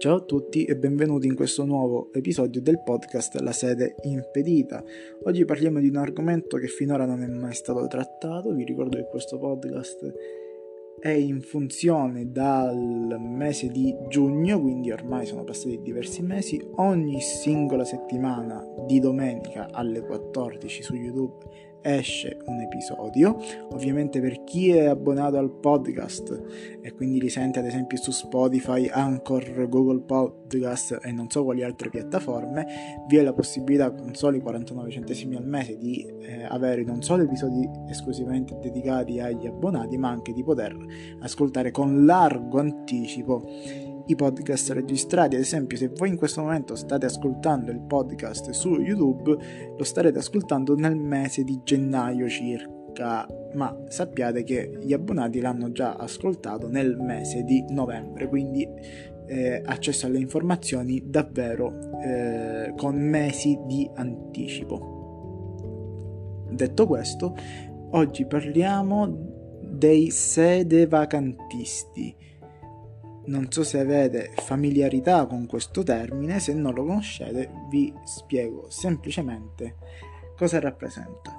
Ciao a tutti e benvenuti in questo nuovo episodio del podcast La sede impedita. Oggi parliamo di un argomento che finora non è mai stato trattato. Vi ricordo che questo podcast è in funzione dal mese di giugno, quindi ormai sono passati diversi mesi. Ogni singola settimana di domenica alle 14 su YouTube esce un episodio. Ovviamente per chi è abbonato al podcast e quindi li sente ad esempio su Spotify, Anchor, Google Podcast e non so quali altre piattaforme, vi è la possibilità con soli 49 centesimi al mese di avere non solo episodi esclusivamente dedicati agli abbonati, ma anche di poter ascoltare con largo anticipo i podcast registrati. Ad esempio, se voi in questo momento state ascoltando il podcast su YouTube, lo starete ascoltando nel mese di gennaio circa, ma sappiate che gli abbonati l'hanno già ascoltato nel mese di novembre, quindi accesso alle informazioni davvero con mesi di anticipo. Detto questo, oggi parliamo dei sedevacantisti. Non so se avete familiarità con questo termine, se non lo conoscete vi spiego semplicemente cosa rappresenta.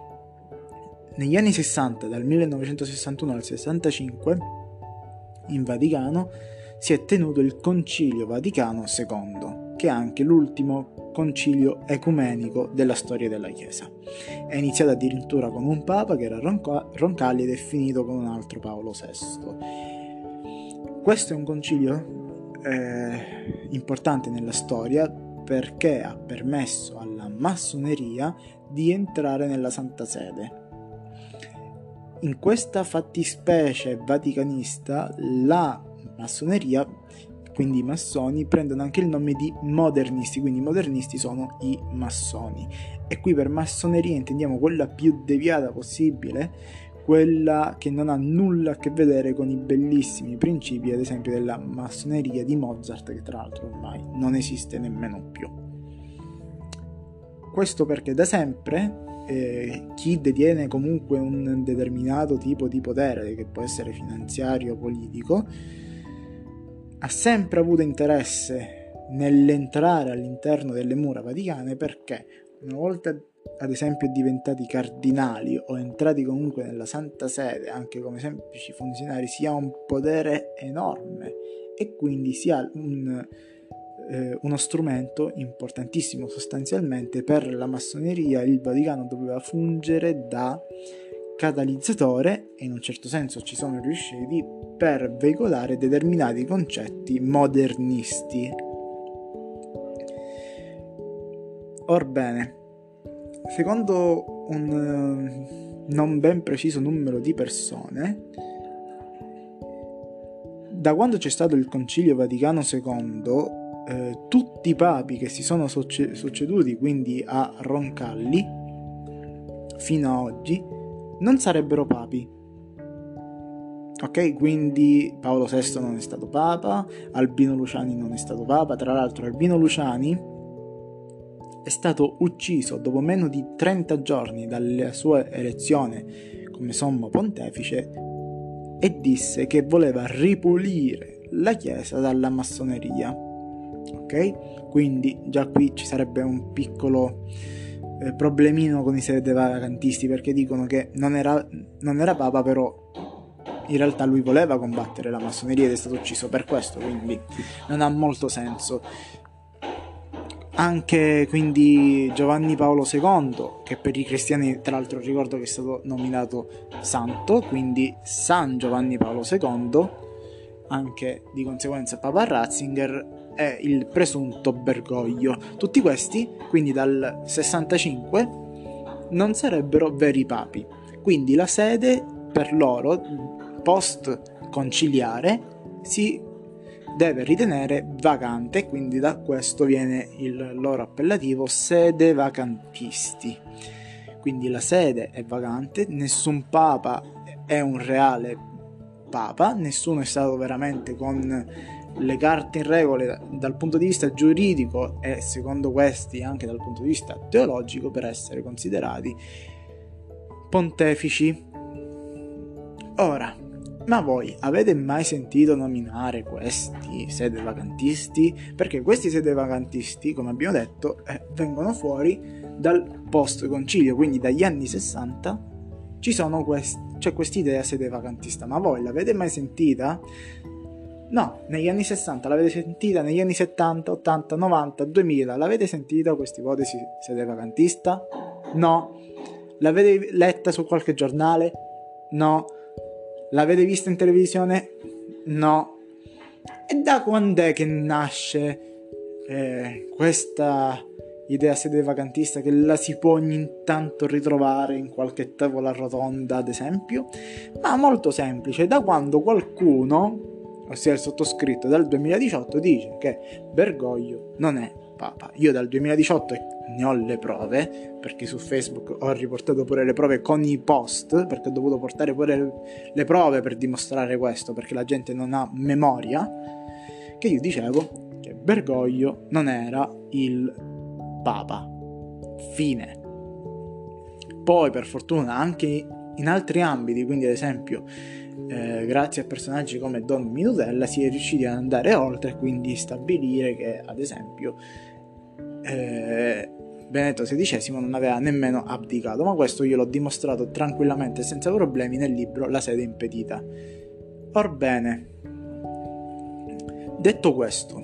Negli anni 60, dal 1961 al 65, in Vaticano si è tenuto il Concilio Vaticano II, che è anche l'ultimo concilio ecumenico della storia della Chiesa. È iniziato addirittura con un Papa che era Roncalli ed è finito con un altro, Paolo VI. Questo è un concilio importante nella storia perché ha permesso alla massoneria di entrare nella Santa Sede. In questa fattispecie vaticanista la massoneria, quindi i massoni, prendono anche il nome di modernisti, quindi i modernisti sono i massoni. E qui per massoneria intendiamo quella più deviata possibile, quella che non ha nulla a che vedere con i bellissimi principi, ad esempio, della massoneria di Mozart, che tra l'altro ormai non esiste nemmeno più. Questo perché da sempre chi detiene comunque un determinato tipo di potere, che può essere finanziario o politico, ha sempre avuto interesse nell'entrare all'interno delle mura vaticane, perché una volta ad esempio diventati cardinali o entrati comunque nella Santa Sede anche come semplici funzionari, si ha un potere enorme e quindi si ha uno strumento importantissimo. Sostanzialmente per la massoneria il Vaticano doveva fungere da catalizzatore, e in un certo senso ci sono riusciti, per veicolare determinati concetti modernisti. Orbene, secondo un non ben preciso numero di persone, da quando c'è stato il Concilio Vaticano II, tutti i papi che si sono succeduti, quindi a Roncalli, fino a oggi, non sarebbero papi. Ok, quindi Paolo VI non è stato papa, Albino Luciani non è stato papa. Tra l'altro Albino Luciani è stato ucciso dopo meno di 30 giorni dalla sua elezione come sommo pontefice e disse che voleva ripulire la Chiesa dalla massoneria. Ok? Quindi già qui ci sarebbe un piccolo problemino con i sedevacantisti, perché dicono che non era papa, però in realtà lui voleva combattere la massoneria ed è stato ucciso per questo, quindi non ha molto senso. Anche quindi Giovanni Paolo II, che per i cristiani tra l'altro ricordo che è stato nominato santo, quindi San Giovanni Paolo II, anche di conseguenza Papa Ratzinger, è il presunto Bergoglio. Tutti questi, quindi dal 65, non sarebbero veri papi. Quindi la sede per loro, post conciliare, si deve ritenere vacante, quindi da questo viene il loro appellativo sedevacantisti. Quindi la sede è vacante, nessun papa è un reale papa, nessuno è stato veramente con le carte in regola dal punto di vista giuridico e secondo questi anche dal punto di vista teologico per essere considerati pontefici. Ora, Ma voi avete mai sentito nominare questi sedevacantisti? Perché questi sedevacantisti, come abbiamo detto, vengono fuori dal post-concilio, quindi dagli anni 60 c'è quest'idea sedevacantista. Ma voi l'avete mai sentita? No, negli anni 60 l'avete sentita, negli anni 70, 80, 90, 2000 l'avete sentita questa ipotesi sedevacantista? No. L'avete letta su qualche giornale? No. L'avete vista in televisione? No. E da quando è che nasce questa idea sedevacantista, che la si può ogni tanto ritrovare in qualche tavola rotonda, ad esempio? Ma molto semplice, da quando qualcuno, ossia il sottoscritto, dal 2018 dice che Bergoglio non è Papa. Io dal 2018 ne ho le prove, perché su Facebook ho riportato pure le prove con i post, perché ho dovuto portare pure le prove per dimostrare questo, perché la gente non ha memoria, che io dicevo che Bergoglio non era il Papa. Fine. Poi per fortuna anche in altri ambiti, quindi ad esempio grazie a personaggi come Don Minutella si è riusciti ad andare oltre e quindi stabilire che ad esempio Benedetto XVI non aveva nemmeno abdicato, ma questo io l'ho dimostrato tranquillamente senza problemi nel libro La sede impedita. Orbene, detto questo,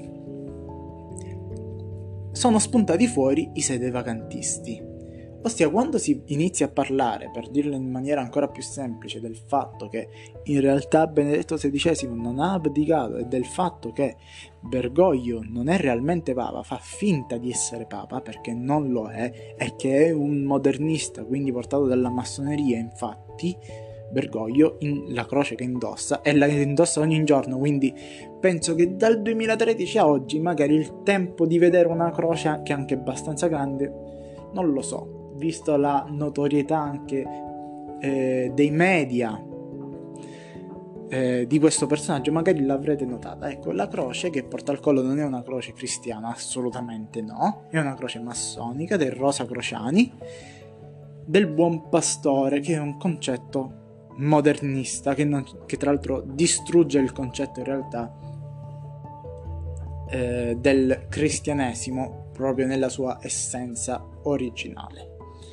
sono spuntati fuori i sedevacantisti. Ossia, quando si inizia a parlare, per dirlo in maniera ancora più semplice, del fatto che in realtà Benedetto XVI non ha abdicato e del fatto che Bergoglio non è realmente Papa, fa finta di essere Papa perché non lo è, e che è un modernista, quindi portato dalla massoneria, infatti Bergoglio la croce che indossa e la indossa ogni giorno, quindi penso che dal 2013 a oggi magari il tempo di vedere una croce che è anche abbastanza grande, non lo so, visto la notorietà anche dei media di questo personaggio, magari l'avrete notata. Ecco, la croce che porta al collo non è una croce cristiana, assolutamente no, è una croce massonica del Rosa Crociani, del Buon Pastore, che è un concetto modernista che tra l'altro distrugge il concetto in realtà del cristianesimo proprio nella sua essenza originale.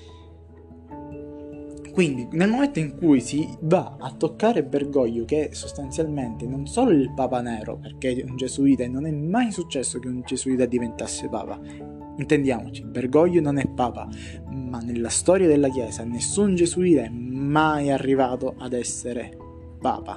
Quindi nel momento in cui si va a toccare Bergoglio, che è sostanzialmente non solo il Papa Nero, perché è un gesuita e non è mai successo che un gesuita diventasse Papa, intendiamoci, Bergoglio non è Papa, ma nella storia della Chiesa nessun gesuita è mai arrivato ad essere Papa.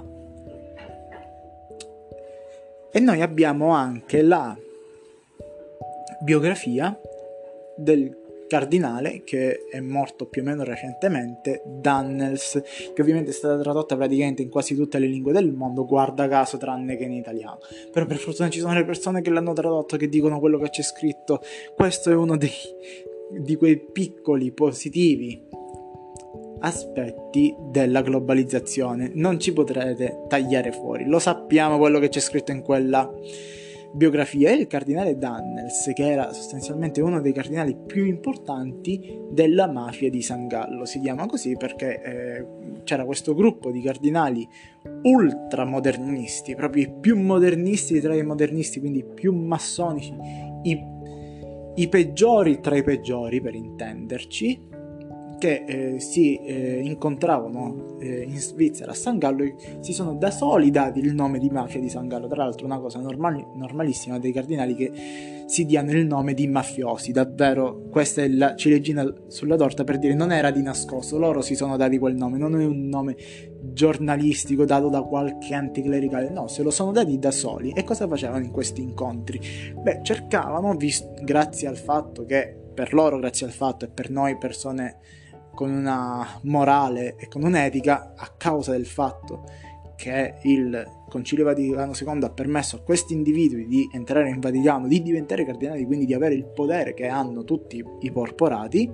E noi abbiamo anche la biografia del cardinale che è morto più o meno recentemente, Dannels, che ovviamente è stata tradotta praticamente in quasi tutte le lingue del mondo, guarda caso tranne che in italiano. Però per fortuna ci sono le persone che l'hanno tradotto, che dicono quello che c'è scritto. Questo è uno di quei piccoli positivi aspetti della globalizzazione. Non ci potrete tagliare fuori, lo sappiamo quello che c'è scritto in quella biografia. È il cardinale Dannels, che era sostanzialmente uno dei cardinali più importanti della mafia di San Gallo. Si chiama così perché c'era questo gruppo di cardinali ultramodernisti, proprio i più modernisti tra i modernisti, quindi più massonici, i peggiori tra i peggiori, per intenderci, che si incontravano in Svizzera a San Gallo e si sono da soli dati il nome di mafia di San Gallo. Tra l'altro una cosa normalissima dei cardinali che si diano il nome di mafiosi, davvero questa è la ciliegina sulla torta, per dire non era di nascosto, loro si sono dati quel nome, non è un nome giornalistico dato da qualche anticlericale, no, se lo sono dati da soli. E cosa facevano in questi incontri? Beh, cercavano, grazie al fatto che per loro, grazie al fatto, e per noi persone con una morale e con un'etica, a causa del fatto che il Concilio Vaticano II ha permesso a questi individui di entrare in Vaticano, di diventare cardinali, quindi di avere il potere che hanno tutti i porporati,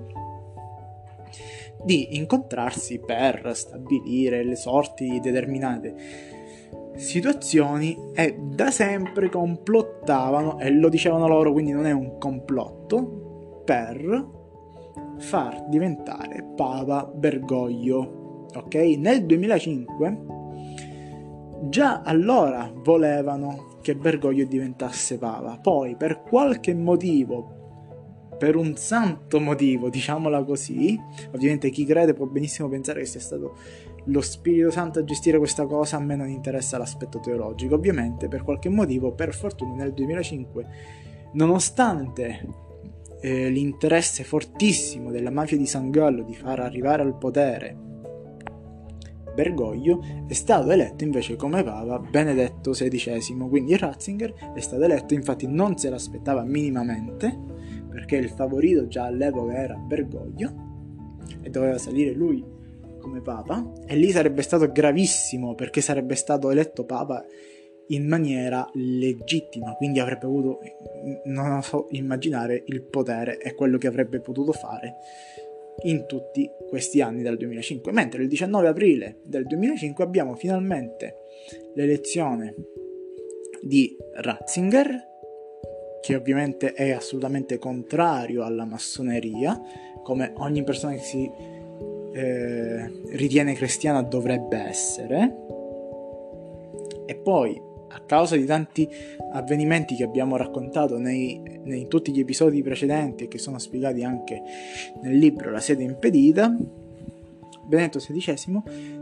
di incontrarsi per stabilire le sorti di determinate situazioni, e da sempre complottavano, e lo dicevano loro, quindi non è un complotto, per far diventare Papa Bergoglio. Ok? Nel 2005 già allora volevano che Bergoglio diventasse papa. Poi, per qualche motivo, per un santo motivo, diciamola così, ovviamente chi crede può benissimo pensare che sia stato lo Spirito Santo a gestire questa cosa, a me non interessa l'aspetto teologico, ovviamente per qualche motivo, per fortuna nel 2005, nonostante l'interesse fortissimo della mafia di San Gallo di far arrivare al potere Bergoglio, è stato eletto invece come papa Benedetto XVI, quindi Ratzinger è stato eletto, infatti non se l'aspettava minimamente, perché il favorito già all'epoca era Bergoglio e doveva salire lui come papa, e lì sarebbe stato gravissimo, perché sarebbe stato eletto papa in maniera legittima, quindi avrebbe potuto, non so, immaginare il potere e quello che avrebbe potuto fare in tutti questi anni dal 2005. Mentre il 19 aprile del 2005 abbiamo finalmente l'elezione di Ratzinger, che ovviamente è assolutamente contrario alla massoneria, come ogni persona che si ritiene cristiana dovrebbe essere. E poi, a causa di tanti avvenimenti che abbiamo raccontato nei tutti gli episodi precedenti e che sono spiegati anche nel libro La sede impedita, Benedetto XVI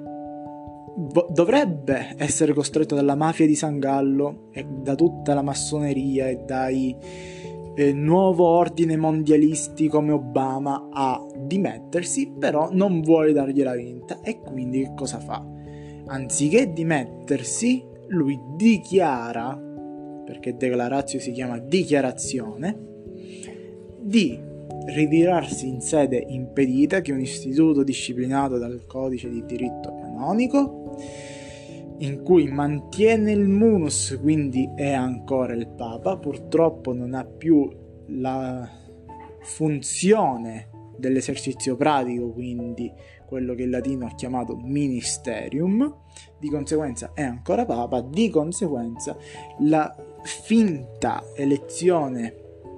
dovrebbe essere costretto dalla mafia di San Gallo e da tutta la massoneria e dai nuovo ordine mondialisti come Obama a dimettersi, però non vuole dargliela vinta, e quindi che cosa fa? Anziché dimettersi, lui dichiara, perché declaratio si chiama dichiarazione, di ritirarsi in sede impedita, che è un istituto disciplinato dal codice di diritto canonico, in cui mantiene il munus, quindi è ancora il papa. Purtroppo non ha più la funzione dell'esercizio pratico, quindi quello che in latino ha chiamato ministerium, di conseguenza è ancora papa, di conseguenza la finta elezione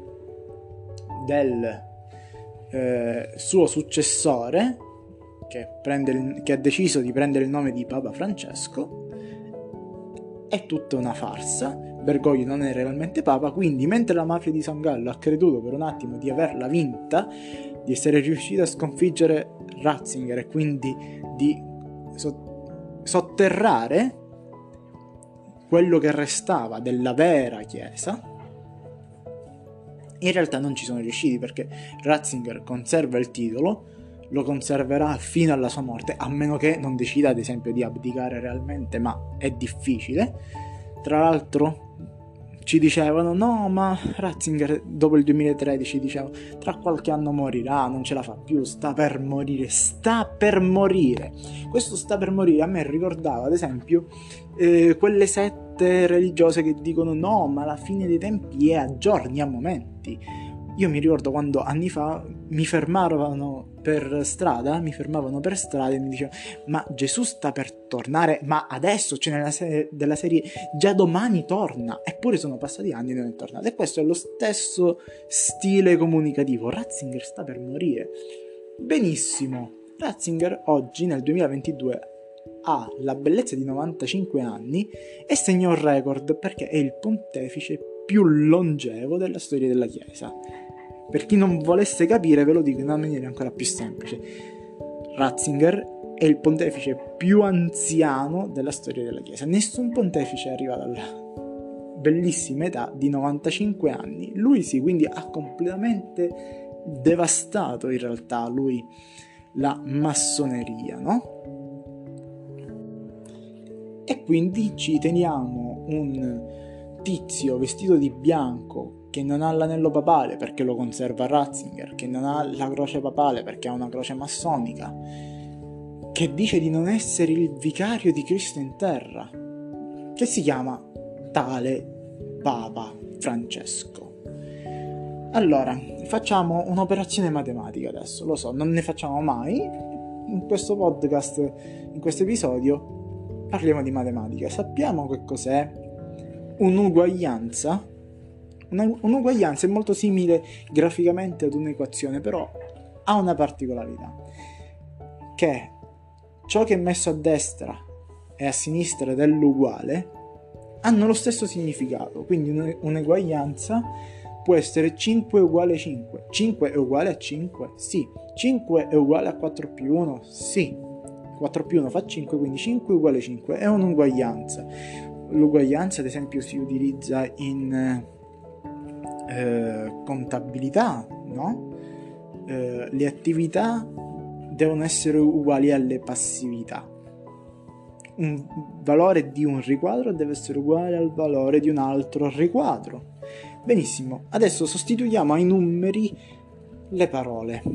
del suo successore, che ha deciso di prendere il nome di Papa Francesco, è tutta una farsa. Bergoglio non è realmente papa, quindi mentre la mafia di San Gallo ha creduto per un attimo di averla vinta, di essere riuscita a sconfiggere Ratzinger e quindi di sotterrare quello che restava della vera chiesa, in realtà non ci sono riusciti, perché Ratzinger conserva il titolo, lo conserverà fino alla sua morte, a meno che non decida ad esempio di abdicare realmente, ma è difficile. Tra l'altro ci dicevano no, ma Ratzinger dopo il 2013 diceva tra qualche anno morirà, non ce la fa più, sta per morire. Questo sta per morire a me ricordava ad esempio quelle sette religiose che dicono no, ma la fine dei tempi è a giorni, a momenti. Io mi ricordo quando anni fa mi fermavano per strada e mi dicevano ma Gesù sta per tornare, ma adesso, cioè della serie già domani torna, eppure sono passati anni e non è tornato. E questo è lo stesso stile comunicativo. Ratzinger sta per morire. Benissimo, Ratzinger oggi nel 2022 ha la bellezza di 95 anni e segna un record, perché è il pontefice più longevo della storia della Chiesa. Per chi non volesse capire, ve lo dico in una maniera ancora più semplice: Ratzinger è il pontefice più anziano della storia della Chiesa. Nessun pontefice è arrivato alla bellissima età di 95 anni. Lui sì, quindi ha completamente devastato in realtà lui la massoneria, no? E quindi ci teniamo un tizio vestito di bianco che non ha l'anello papale perché lo conserva Ratzinger, che non ha la croce papale perché ha una croce massonica, che dice di non essere il vicario di Cristo in terra, che si chiama tale Papa Francesco. Allora, facciamo un'operazione matematica adesso, lo so, non ne facciamo mai. In questo podcast, in questo episodio, parliamo di matematica. Sappiamo che cos'è un'uguaglianza. Un'uguaglianza è molto simile graficamente ad un'equazione, però ha una particolarità, che ciò che è messo a destra e a sinistra dell'uguale hanno lo stesso significato, quindi un'eguaglianza può essere 5 è uguale a 5, 5 è uguale a 5, sì, 5 è uguale a 4 più 1, sì, 4 più 1 fa 5, quindi 5 è uguale a 5, è un'uguaglianza. L'uguaglianza ad esempio si utilizza in contabilità, no? Le attività devono essere uguali alle passività. Un valore di un riquadro deve essere uguale al valore di un altro riquadro. Benissimo, adesso sostituiamo ai numeri le parole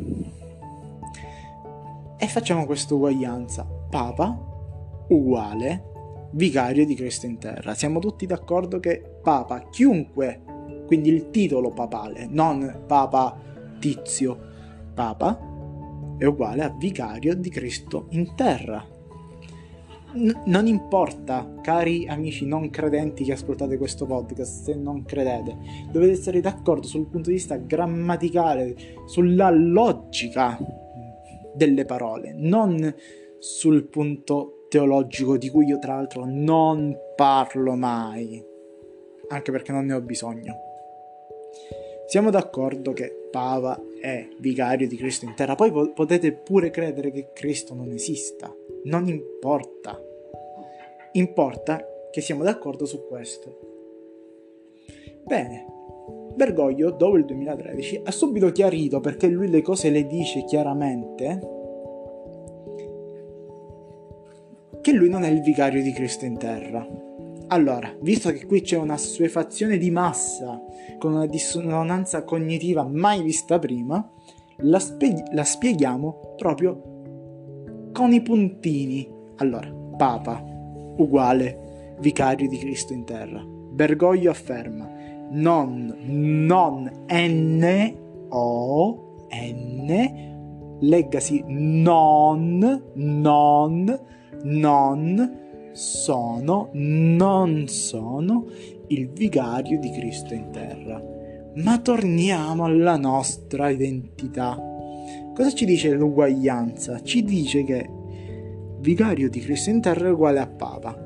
e facciamo questa uguaglianza. Papa uguale vicario di Cristo in terra. Siamo tutti d'accordo che Papa, chiunque, quindi il titolo papale, non Papa Tizio, Papa è uguale a vicario di Cristo in terra. Non importa, cari amici non credenti che ascoltate questo podcast, se non credete, dovete essere d'accordo sul punto di vista grammaticale, sulla logica delle parole, non sul punto teologico di cui io tra l'altro non parlo mai, anche perché non ne ho bisogno. Siamo d'accordo che Papa è vicario di Cristo in terra, poi potete pure credere che Cristo non esista, non importa. Importa che siamo d'accordo su questo. Bene, Bergoglio, dopo il 2013, ha subito chiarito, perché lui le cose le dice chiaramente, che lui non è il vicario di Cristo in terra. Allora, visto che qui c'è una assuefazione di massa con una dissonanza cognitiva mai vista prima, la spieghiamo proprio con i puntini. Allora, Papa uguale vicario di Cristo in terra. Bergoglio afferma non leggasi non sono il vicario di Cristo in terra. Ma torniamo alla nostra identità. Cosa ci dice l'uguaglianza? Ci dice che vicario di Cristo in terra è uguale a Papa.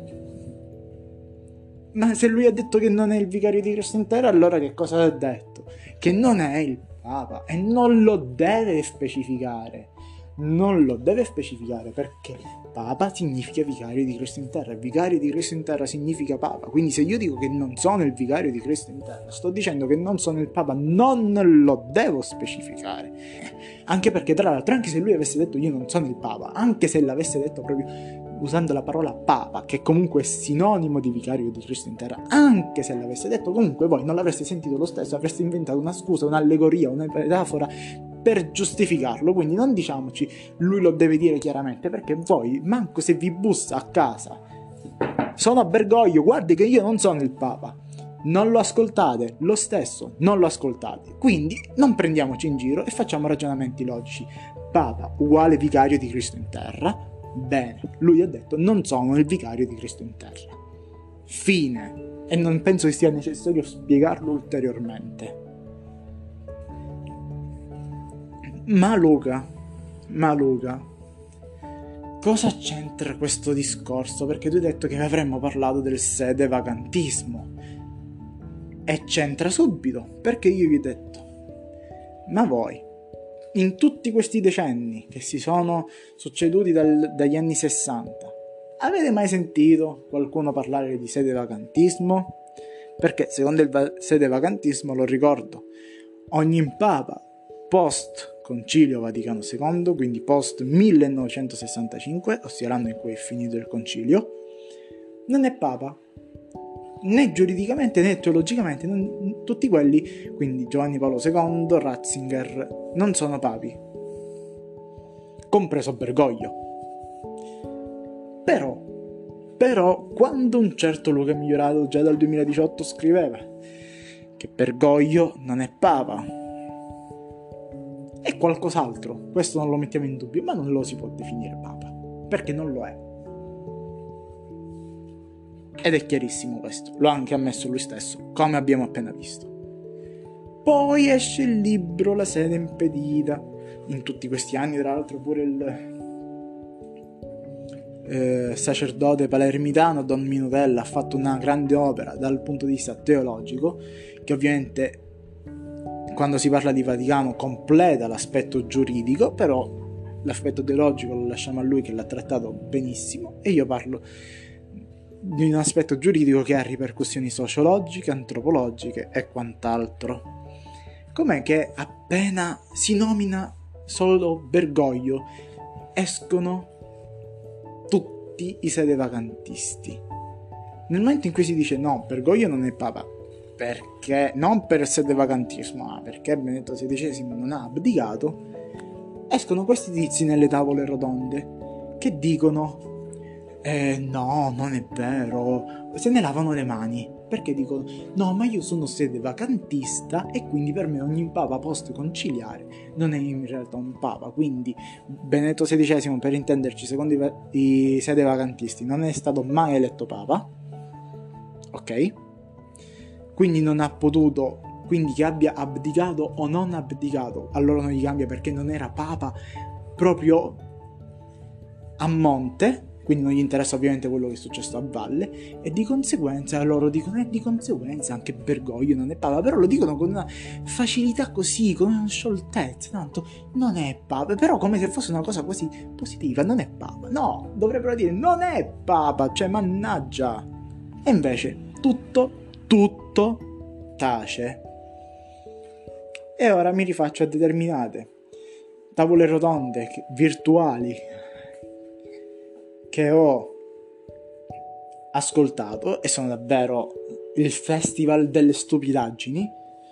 Ma se lui ha detto che non è il vicario di Cristo in terra, allora che cosa ha detto? Che non è il Papa, e non lo deve specificare. Non lo deve specificare, perché Papa significa vicario di Cristo in terra, vicario di Cristo in terra significa Papa. Quindi se io dico che non sono il vicario di Cristo in terra, sto dicendo che non sono il Papa, non lo devo specificare. Anche perché, tra l'altro, anche se lui avesse detto io non sono il Papa, anche se l'avesse detto proprio usando la parola Papa, che comunque è sinonimo di vicario di Cristo in terra, anche se l'avesse detto, comunque voi non l'avreste sentito lo stesso, avreste inventato una scusa, un'allegoria, una metafora per giustificarlo. Quindi non diciamoci lui lo deve dire chiaramente, perché voi, manco se vi bussa a casa, sono a Bergoglio, guardi che io non sono il Papa, non lo ascoltate, lo stesso non lo ascoltate. Quindi non prendiamoci in giro e facciamo ragionamenti logici. Papa uguale vicario di Cristo in terra. Bene, lui ha detto non sono il vicario di Cristo in terra. Fine. E non penso che sia necessario spiegarlo ulteriormente. Ma Luca, cosa c'entra questo discorso? Perché tu hai detto che avremmo parlato del sedevacantismo. E c'entra subito, perché io gli ho detto, ma voi, in tutti questi decenni che si sono succeduti dagli anni 60, avete mai sentito qualcuno parlare di sedevacantismo? Perché secondo il sedevacantismo, lo ricordo, ogni papa post Concilio Vaticano II, quindi post 1965, ossia l'anno in cui è finito il concilio, non è papa, né giuridicamente né teologicamente. Tutti quelli, quindi Giovanni Paolo II, Ratzinger, non sono papi, compreso Bergoglio. Però quando un certo Luca Migliorato già dal 2018 scriveva che Bergoglio non è papa, è qualcos'altro, questo non lo mettiamo in dubbio, ma non lo si può definire papa, perché non lo è. Ed è chiarissimo questo, lo ha anche ammesso lui stesso, come abbiamo appena visto. Poi esce il libro La sede impedita, in tutti questi anni tra l'altro pure sacerdote palermitano Don Minutella ha fatto una grande opera dal punto di vista teologico, che ovviamente quando si parla di Vaticano completa l'aspetto giuridico, però l'aspetto teologico lo lasciamo a lui, che l'ha trattato benissimo, e io parlo di un aspetto giuridico che ha ripercussioni sociologiche, antropologiche e quant'altro. Com'è che appena si nomina solo Bergoglio escono tutti i sedevacantisti? Nel momento in cui si dice no, Bergoglio non è papa, perché non per sedevacantismo, ma perché Benedetto XVI non ha abdicato, escono questi tizi nelle tavole rotonde che dicono no, non è vero, se ne lavano le mani, perché dicono no, ma io sono sedevacantista e quindi per me ogni papa post conciliare non è in realtà un papa. Quindi Benedetto XVI, per intenderci, secondo i sedevacantisti non è stato mai eletto papa, ok? Quindi non ha potuto, quindi che abbia abdicato o non abdicato a loro non gli cambia, perché non era papa proprio a monte, quindi non gli interessa ovviamente quello che è successo a valle, e di conseguenza loro dicono di conseguenza anche Bergoglio non è papa, però lo dicono con una facilità così, con una scioltezza, tanto non è papa, però come se fosse una cosa quasi positiva, non è papa, no, dovrebbero dire non è papa, cioè mannaggia, e invece tutto tace. E ora mi rifaccio a determinate tavole rotonde virtuali che ho ascoltato, e sono davvero il festival delle stupidaggini.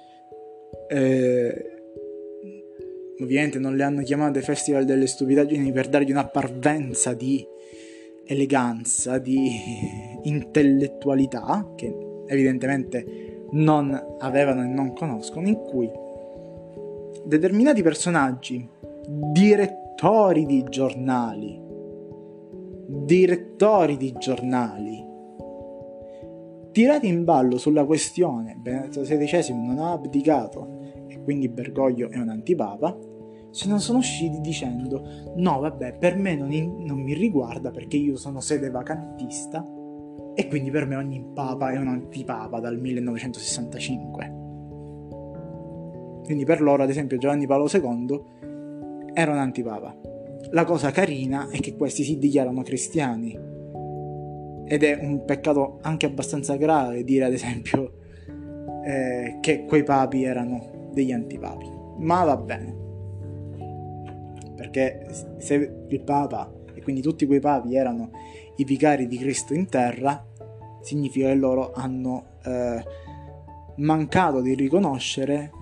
Ovviamente non le hanno chiamate festival delle stupidaggini per dargli una parvenza di eleganza, di intellettualità che evidentemente non avevano e non conoscono, in cui determinati personaggi, direttori di giornali, tirati in ballo sulla questione Benedetto XVI non ha abdicato e quindi Bergoglio è un antipapa, se ne sono usciti dicendo no vabbè, per me non mi riguarda perché io sono sedevacantista e quindi per me ogni papa è un antipapa dal 1965. Quindi per loro, ad esempio, Giovanni Paolo II era un antipapa. La cosa carina è che questi si dichiarano cristiani, ed è un peccato anche abbastanza grave dire, ad esempio, che quei papi erano degli antipapi, ma va bene, perché se il papa e quindi tutti quei papi erano i vicari di Cristo in terra, significa che loro hanno mancato di riconoscere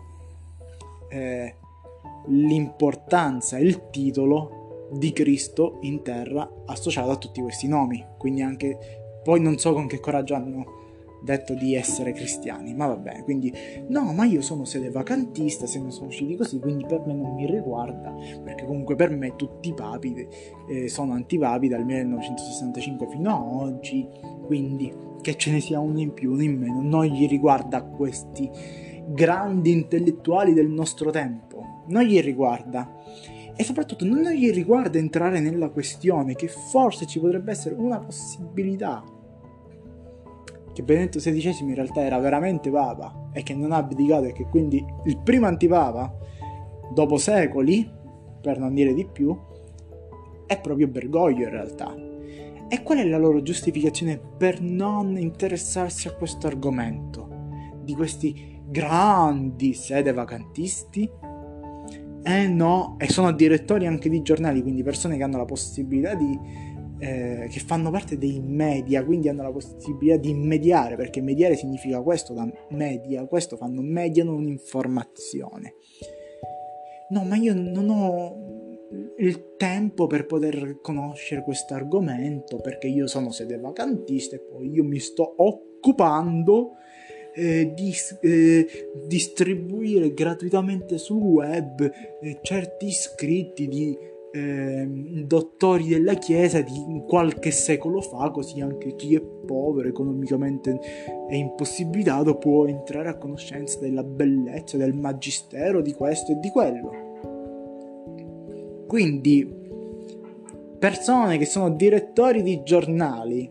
l'importanza e il titolo di Cristo in terra associato a tutti questi nomi. Quindi anche poi non so con che coraggio hanno detto di essere cristiani, ma va bene. Quindi no, ma io sono sedevacantista, se ne sono usciti così, quindi per me non mi riguarda, perché comunque per me tutti i papi sono antipapi dal 1965 fino a oggi, quindi che ce ne sia uno in più, uno in meno, non gli riguarda a questi grandi intellettuali del nostro tempo, non gli riguarda, e soprattutto non gli riguarda entrare nella questione che forse ci potrebbe essere una possibilità che Benedetto XVI in realtà era veramente papa e che non ha abdicato, e che quindi il primo antipapa dopo secoli, per non dire di più, è proprio Bergoglio in realtà. E qual è la loro giustificazione per non interessarsi a questo argomento di questi grandi sedevacantisti? No, e sono direttori anche di giornali, quindi persone che hanno la possibilità di che fanno parte dei media, quindi hanno la possibilità di mediare, perché mediare significa questo, da media, questo fanno, mediano un'informazione. No, ma io non ho il tempo per poter conoscere questo argomento, perché io sono sedevacantista e poi io mi sto occupando di distribuire gratuitamente sul web certi scritti di dottori della Chiesa di qualche secolo fa, così anche chi è povero, economicamente è impossibilitato, può entrare a conoscenza della bellezza, del magistero, di questo e di quello. Quindi persone che sono direttori di giornali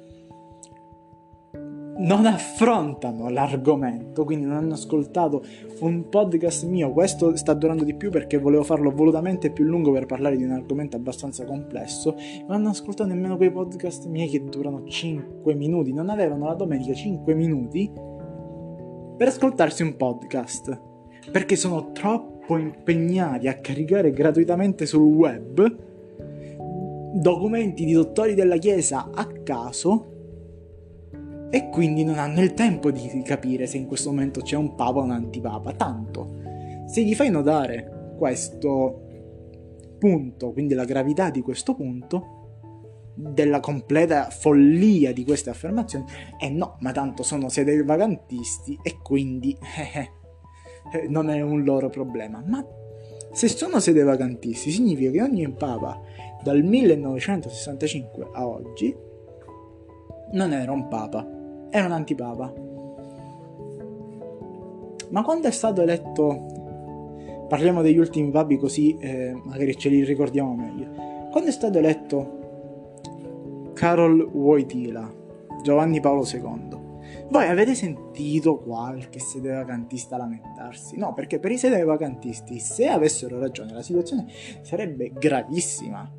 non affrontano l'argomento, quindi non hanno ascoltato un podcast mio. Questo sta durando di più perché volevo farlo volutamente più lungo per parlare di un argomento abbastanza complesso. Non hanno ascoltato nemmeno quei podcast miei che durano 5 minuti. Non avevano la domenica 5 minuti per ascoltarsi un podcast, perché sono troppo impegnati a caricare gratuitamente sul web documenti di dottori della Chiesa a caso, e quindi non hanno il tempo di capire se in questo momento c'è un papa o un antipapa. Tanto, se gli fai notare questo punto, quindi la gravità di questo punto, della completa follia di queste affermazioni, no, ma tanto sono sedevacantisti e quindi non è un loro problema. Ma se sono sedevacantisti significa che ogni papa dal 1965 a oggi non era un papa, era un antipapa. Ma quando è stato eletto, parliamo degli ultimi papi così magari ce li ricordiamo meglio, quando è stato eletto Karol Wojtyla, Giovanni Paolo II, voi avete sentito qualche sedevacantista lamentarsi? No, perché per i sedevacantisti, se avessero ragione, la situazione sarebbe gravissima,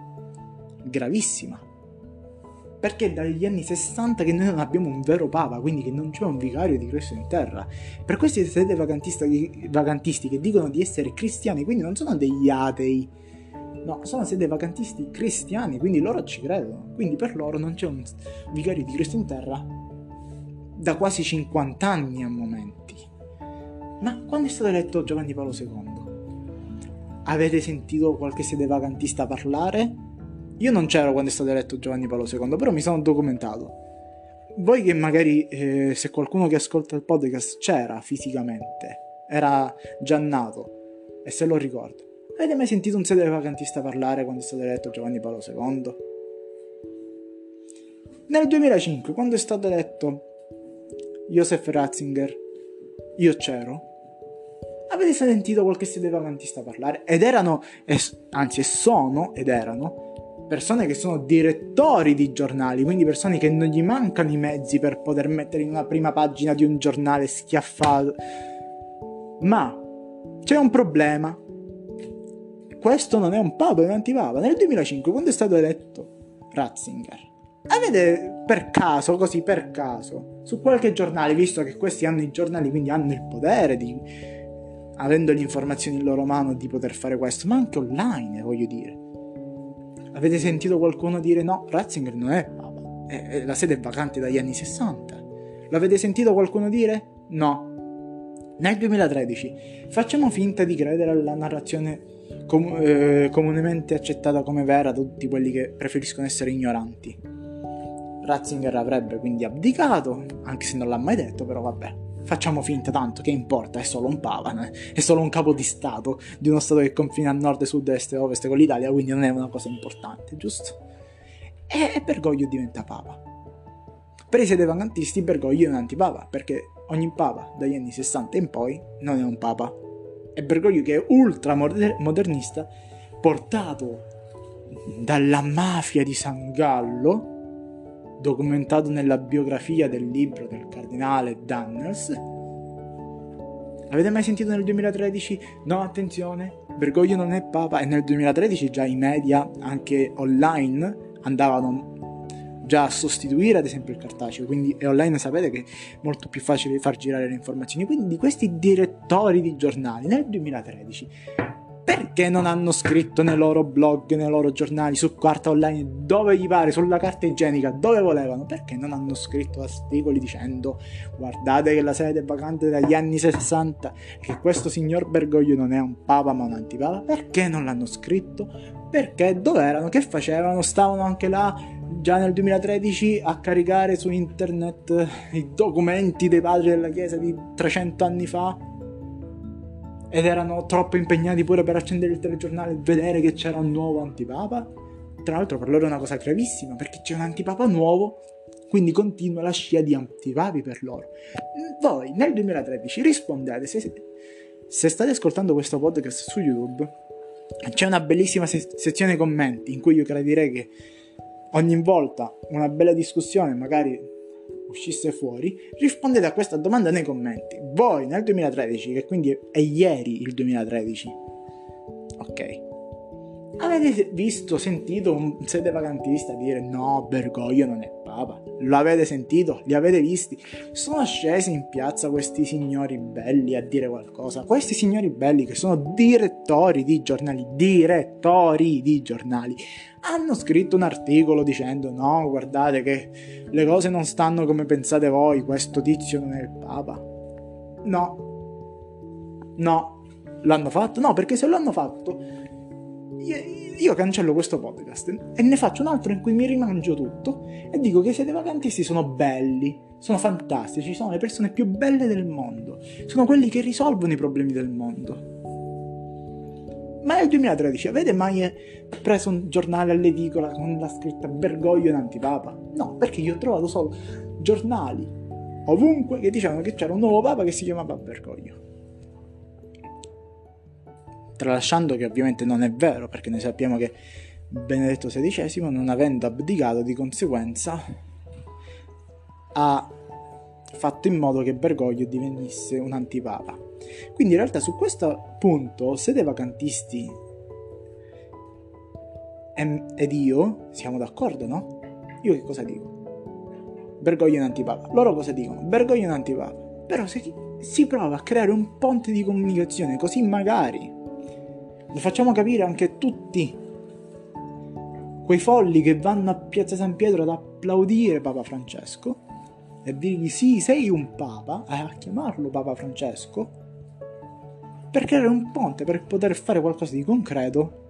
perché dagli anni 60 che noi non abbiamo un vero papa, quindi che non c'è un vicario di Cristo in terra. Per questi sedevacantisti che dicono di essere cristiani, quindi non sono degli atei, no, sono sedevacantisti cristiani, quindi loro ci credono, quindi per loro non c'è un vicario di Cristo in terra da quasi 50 anni a momenti. Ma quando è stato eletto Giovanni Paolo II, avete sentito qualche sedevacantista parlare? Io non c'ero quando è stato eletto Giovanni Paolo II, però mi sono documentato. Voi che magari, se qualcuno che ascolta il podcast c'era fisicamente, era già nato e se lo ricorda, avete mai sentito un sedevacantista parlare quando è stato eletto Giovanni Paolo II? Nel 2005, quando è stato eletto Joseph Ratzinger, io c'ero. Avete sentito qualche sedevacantista parlare? Ed erano persone che sono direttori di giornali, quindi persone che non gli mancano i mezzi per poter mettere in una prima pagina di un giornale schiaffato. Ma c'è un problema. Questo non è un papa, è un antipapa. Nel 2005, quando è stato eletto Ratzinger, avete per caso, su qualche giornale, visto che questi hanno i giornali, quindi hanno il potere di, avendo le informazioni in loro mano, di poter fare questo, ma anche online, voglio dire, avete sentito qualcuno dire no, Ratzinger non è papa, la sede è vacante dagli anni 60? L'avete sentito qualcuno dire? No. Nel 2013 facciamo finta di credere alla narrazione comunemente accettata come vera da tutti quelli che preferiscono essere ignoranti. Ratzinger avrebbe quindi abdicato, anche se non l'ha mai detto, però vabbè, facciamo finta, tanto che importa, è solo un papa, è solo un capo di stato di uno stato che confina a nord, sud, est e ovest con l'Italia, quindi non è una cosa importante, giusto? E Bergoglio diventa papa. Per i sedevacantisti Bergoglio è un antipapa, perché ogni papa dagli anni 60 in poi non è un papa. E Bergoglio, che è ultramodernista, portato dalla mafia di San Gallo, documentato nella biografia del libro del cardinale Dannels. Avete mai sentito nel 2013? No, attenzione, Bergoglio non è papa. E nel 2013 già i media, anche online, andavano già a sostituire ad esempio il cartaceo, quindi e online sapete che è molto più facile far girare le informazioni. Quindi questi direttori di giornali nel 2013 perché non hanno scritto nei loro blog, nei loro giornali, su carta online, dove gli pare, sulla carta igienica, dove volevano? Perché non hanno scritto articoli dicendo guardate che la sede è vacante dagli anni 60, che questo signor Bergoglio non è un papa ma un antipapa? Perché non l'hanno scritto? Perché dove erano? Che facevano? Stavano anche là già nel 2013 a caricare su internet i documenti dei padri della Chiesa di 300 anni fa? Ed erano troppo impegnati pure per accendere il telegiornale e vedere che c'era un nuovo antipapa? Tra l'altro per loro è una cosa gravissima, perché c'è un antipapa nuovo, quindi continua la scia di antipapi per loro. Voi nel 2013 rispondete, se state ascoltando questo podcast su YouTube, C'è una bellissima sezione commenti in cui io gradirei che ogni volta una bella discussione magari uscisse fuori, rispondete a questa domanda nei commenti. Voi nel 2013, che quindi è ieri il 2013, ok, avete visto, sentito un sedevacantista dire no, Bergoglio non è papa? Lo avete sentito? Li avete visti? Sono scesi in piazza questi signori belli a dire qualcosa. Questi signori belli che sono direttori di giornali, hanno scritto un articolo dicendo no, guardate che le cose non stanno come pensate voi, questo tizio non è il papa. No, l'hanno fatto? No, perché se lo hanno fatto io cancello questo podcast e ne faccio un altro in cui mi rimangio tutto e dico che i sedevacantisti sono belli, sono fantastici, sono le persone più belle del mondo, sono quelli che risolvono i problemi del mondo. Ma nel 2013 avete mai preso un giornale all'edicola con la scritta Bergoglio in antipapa? No, perché io ho trovato solo giornali ovunque che dicevano che c'era un nuovo papa che si chiamava Bergoglio. Tralasciando che ovviamente non è vero, perché noi sappiamo che Benedetto XVI, non avendo abdicato, di conseguenza ha fatto in modo che Bergoglio divenisse un antipapa. Quindi in realtà su questo punto sedevacantisti ed io siamo d'accordo, no? Io che cosa dico? Bergoglio è un antipapa. Loro cosa dicono? Bergoglio è un antipapa. Però se si prova a creare un ponte di comunicazione, così magari lo facciamo capire anche a tutti quei folli che vanno a Piazza San Pietro ad applaudire Papa Francesco e dirgli sì, sei un papa, a chiamarlo Papa Francesco, per creare un ponte, per poter fare qualcosa di concreto.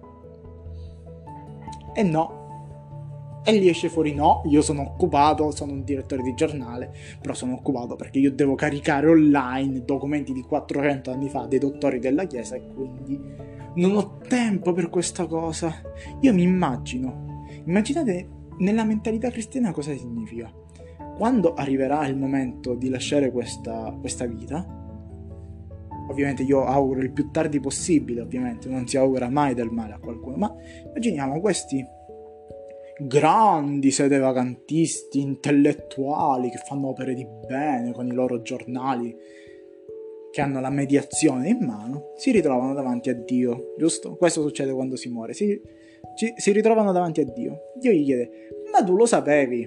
E no, e lì esce fuori no, io sono occupato, sono un direttore di giornale, però sono occupato perché io devo caricare online documenti di 400 anni fa dei dottori della Chiesa e quindi non ho tempo per questa cosa. Io mi immaginate nella mentalità cristiana cosa significa. Quando arriverà il momento di lasciare questa vita, ovviamente io auguro il più tardi possibile, ovviamente non si augura mai del male a qualcuno, ma immaginiamo questi grandi sedevacantisti intellettuali che fanno opere di bene con i loro giornali, che hanno la mediazione in mano, si ritrovano davanti a Dio, giusto? Questo succede quando si muore, si ritrovano davanti a Dio. Dio gli chiede, ma tu lo sapevi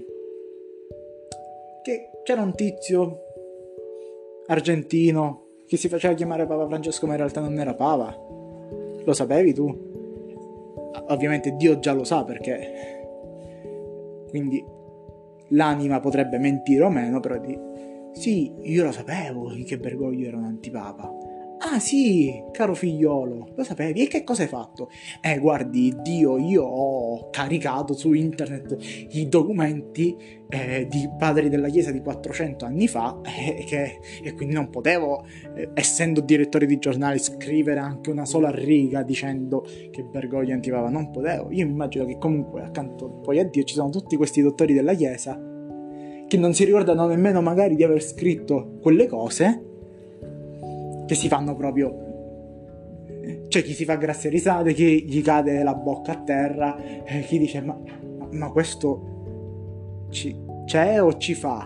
che c'era un tizio argentino che si faceva chiamare Papa Francesco ma in realtà non era Papa? Lo sapevi tu? Ovviamente Dio già lo sa, perché quindi l'anima potrebbe mentire o meno, però sì, io lo sapevo che Bergoglio era un antipapa. Ah sì, caro figliolo, lo sapevi? E che cosa hai fatto? Guardi, io ho caricato su internet i documenti di padri della Chiesa di 400 anni fa e quindi non potevo, essendo direttore di giornali, scrivere anche una sola riga dicendo che Bergoglio è antipapa. Non potevo. Io immagino che comunque accanto poi a Dio ci sono tutti questi dottori della Chiesa che non si ricordano nemmeno magari di aver scritto quelle cose, che si fanno proprio, cioè chi si fa grasse risate, chi gli cade la bocca a terra, chi dice ma questo c'è o ci fa?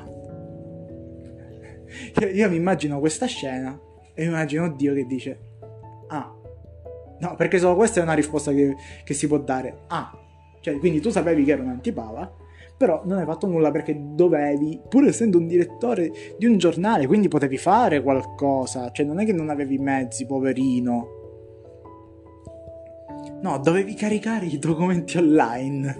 Io mi immagino questa scena e mi immagino Dio che dice no, perché solo questa è una risposta che si può dare. Cioè quindi tu sapevi che era un antipapa, però non hai fatto nulla perché dovevi, pur essendo un direttore di un giornale, quindi potevi fare qualcosa, cioè non è che non avevi mezzi, poverino. No, dovevi caricare i documenti online.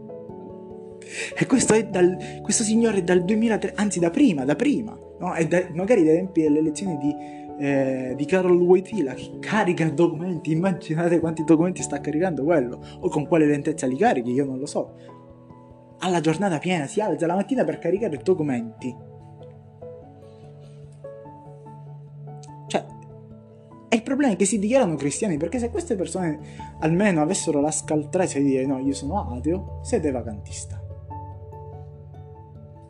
E questo signore è dal 2003, anzi da prima, no? Magari dai tempi delle elezioni di Carol Wojtyla, che carica documenti. Immaginate quanti documenti sta caricando quello, o con quale lentezza li carichi, io non lo so. Alla giornata piena, si alza la mattina per caricare documenti. Cioè, e il problema è che si dichiarano cristiani, perché se queste persone almeno avessero la scaltrezza di dire no, io sono ateo, sedevacantista.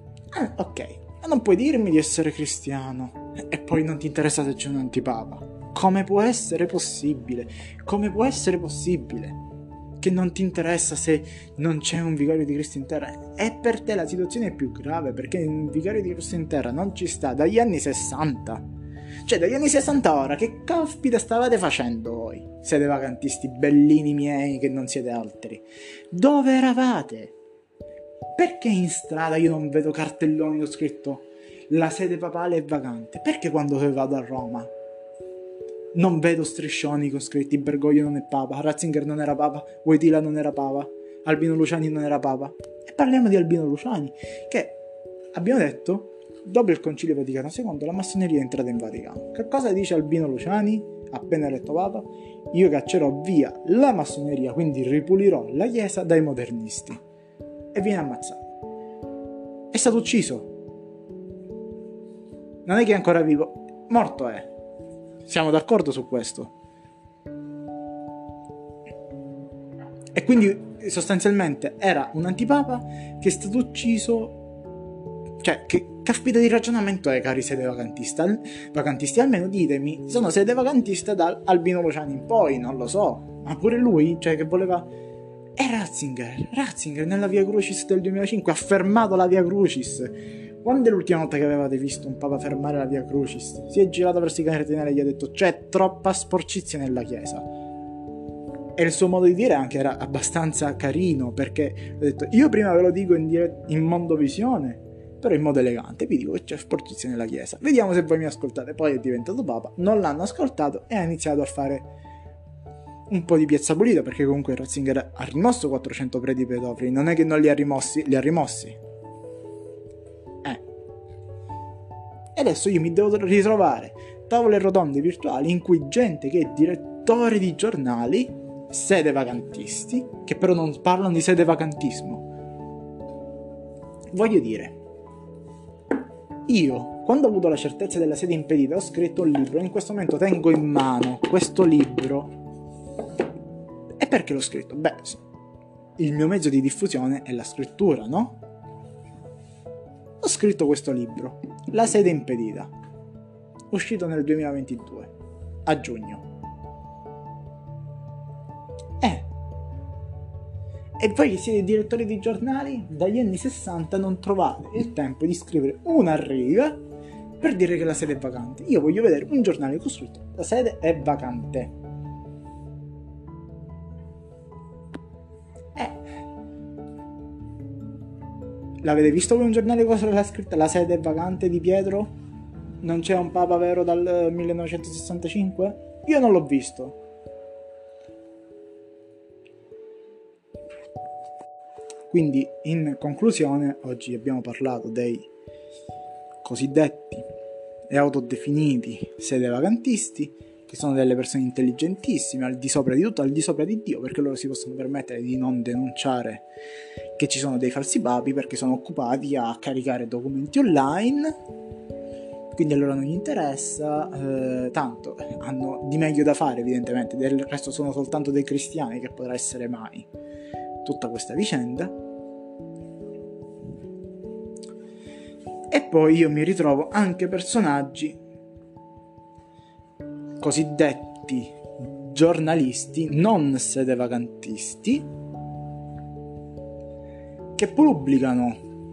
Ok, ma non puoi dirmi di essere cristiano e poi non ti interessa se c'è un antipapa. come può essere possibile? Come può essere possibile che non ti interessa se non c'è un vicario di Cristo in terra? E per te la situazione è più grave, perché un vicario di Cristo in terra non ci sta dagli anni 60. Cioè, dagli anni 60 ora, che caspita stavate facendo voi? Siete vacantisti bellini miei, che non siete altri. Dove eravate? Perché in strada io non vedo cartelloni con scritto la sede papale è vacante? Perché quando vado a Roma non vedo striscioni con scritti Bergoglio non è papa, Ratzinger non era papa, Wojtyla non era papa, Albino Luciani non era papa? E parliamo di Albino Luciani, che abbiamo detto, dopo il Concilio Vaticano II, la massoneria è entrata in Vaticano. Che cosa dice Albino Luciani, appena eletto papa? Io caccerò via la massoneria, quindi ripulirò la Chiesa dai modernisti. E viene ammazzato. È stato ucciso. Non è che è ancora vivo, morto è. Siamo d'accordo su questo. E quindi sostanzialmente era un antipapa che è stato ucciso. Cioè, che caspita di ragionamento è, cari sede vacantisti? Almeno ditemi, sono sede vacantista da Albino Luciani in poi, non lo so. Ma pure lui, cioè, che voleva... È Ratzinger nella Via Crucis del 2005 ha fermato la Via Crucis. Quando è l'ultima volta che avevate visto un papa fermare la Via Crucis? Si è girato verso i cardinali e gli ha detto c'è troppa sporcizia nella chiesa. E il suo modo di dire anche era abbastanza carino, perché ha detto io prima ve lo dico in mondovisione, però in modo elegante vi dico che c'è sporcizia nella chiesa, vediamo se voi mi ascoltate. Poi è diventato papa, non l'hanno ascoltato e ha iniziato a fare un po' di piazza pulita, perché comunque Ratzinger ha rimosso 400 preti pedofili, non è che non li ha rimossi, li ha rimossi. E adesso io mi devo ritrovare tavole rotonde virtuali in cui gente che è direttore di giornali, sede vacantisti, che però non parlano di sede vacantismo. Voglio dire, io, quando ho avuto la certezza della sede impedita, ho scritto un libro, in questo momento tengo in mano questo libro. E perché l'ho scritto? Beh, il mio mezzo di diffusione è la scrittura, no? Ho scritto questo libro, La sede impedita, uscito nel 2022, a giugno. E voi che siete direttori di giornali, dagli anni 60 non trovate il tempo di scrivere una riga per dire che la sede è vacante. Io voglio vedere un giornale con scritto la sede è vacante. L'avete visto voi un giornale con la scritta la sede è vacante di Pietro? Non c'è un papa vero dal 1965? Io non l'ho visto. Quindi, in conclusione, oggi abbiamo parlato dei cosiddetti e autodefiniti sede vacantisti, che sono delle persone intelligentissime, al di sopra di tutto, al di sopra di Dio, perché loro si possono permettere di non denunciare che ci sono dei falsi papi, perché sono occupati a caricare documenti online, quindi a loro non gli interessa, tanto hanno di meglio da fare evidentemente, del resto sono soltanto dei cristiani, che potrà essere mai tutta questa vicenda. E poi io mi ritrovo anche personaggi cosiddetti giornalisti non sedevacantisti che pubblicano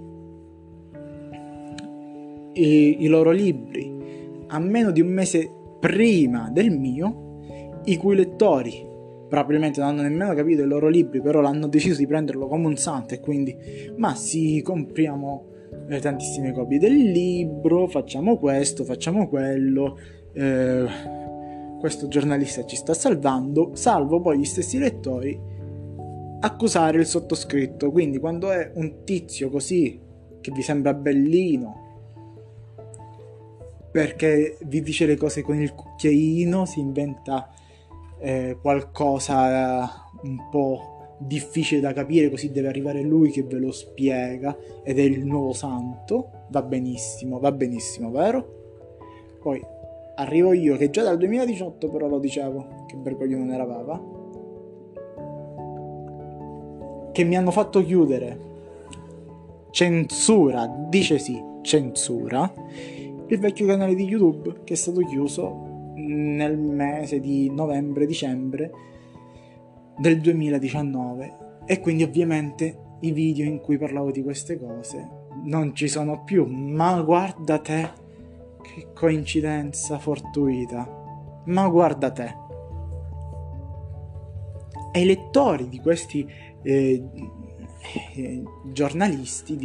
i loro libri a meno di un mese prima del mio, i cui lettori probabilmente non hanno nemmeno capito i loro libri, però l'hanno deciso di prenderlo come un santo, e quindi ma sì, compriamo tantissime copie del libro, facciamo questo, facciamo quello, questo giornalista ci sta salvando, salvo poi gli stessi lettori accusare il sottoscritto. Quindi quando è un tizio così che vi sembra bellino perché vi dice le cose con il cucchiaino, si inventa qualcosa un po' difficile da capire, così deve arrivare lui che ve lo spiega ed è il nuovo santo, va benissimo, vero? Poi arrivo io che già dal 2018 però lo dicevo che Bergoglio non era papa, che mi hanno fatto chiudere, censura, dice sì, censura, il vecchio canale di YouTube che è stato chiuso nel mese di novembre-dicembre del 2019, e quindi ovviamente i video in cui parlavo di queste cose non ci sono più. Ma guarda te, che coincidenza fortuita, ma guarda te. E i lettori di questi giornalisti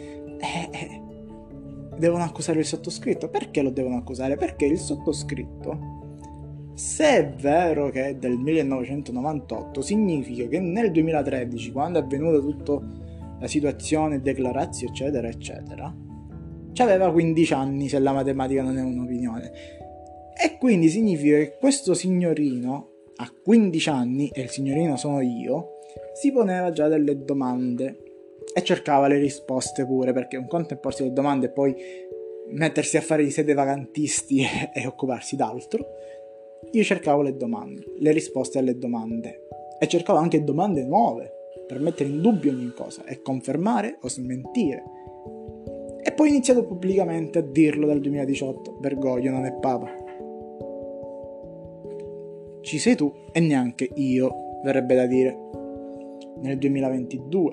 devono accusare il sottoscritto. Perché lo devono accusare? Perché il sottoscritto, se è vero che è del 1998, significa che nel 2013, quando è avvenuta tutta la situazione, declarazio eccetera eccetera, c'aveva 15 anni, se la matematica non è un'opinione, e quindi significa che questo signorino a 15 anni, e il signorino sono io, si poneva già delle domande e cercava le risposte pure, perché un conto è porsi le domande e poi mettersi a fare i sedevacantisti e occuparsi d'altro. Io cercavo le domande, le risposte alle domande, e cercavo anche domande nuove per mettere in dubbio ogni cosa e confermare o smentire. E poi ho iniziato pubblicamente a dirlo dal 2018: Bergoglio non è papa. Ci sei tu e neanche io, verrebbe da dire. Nel 2022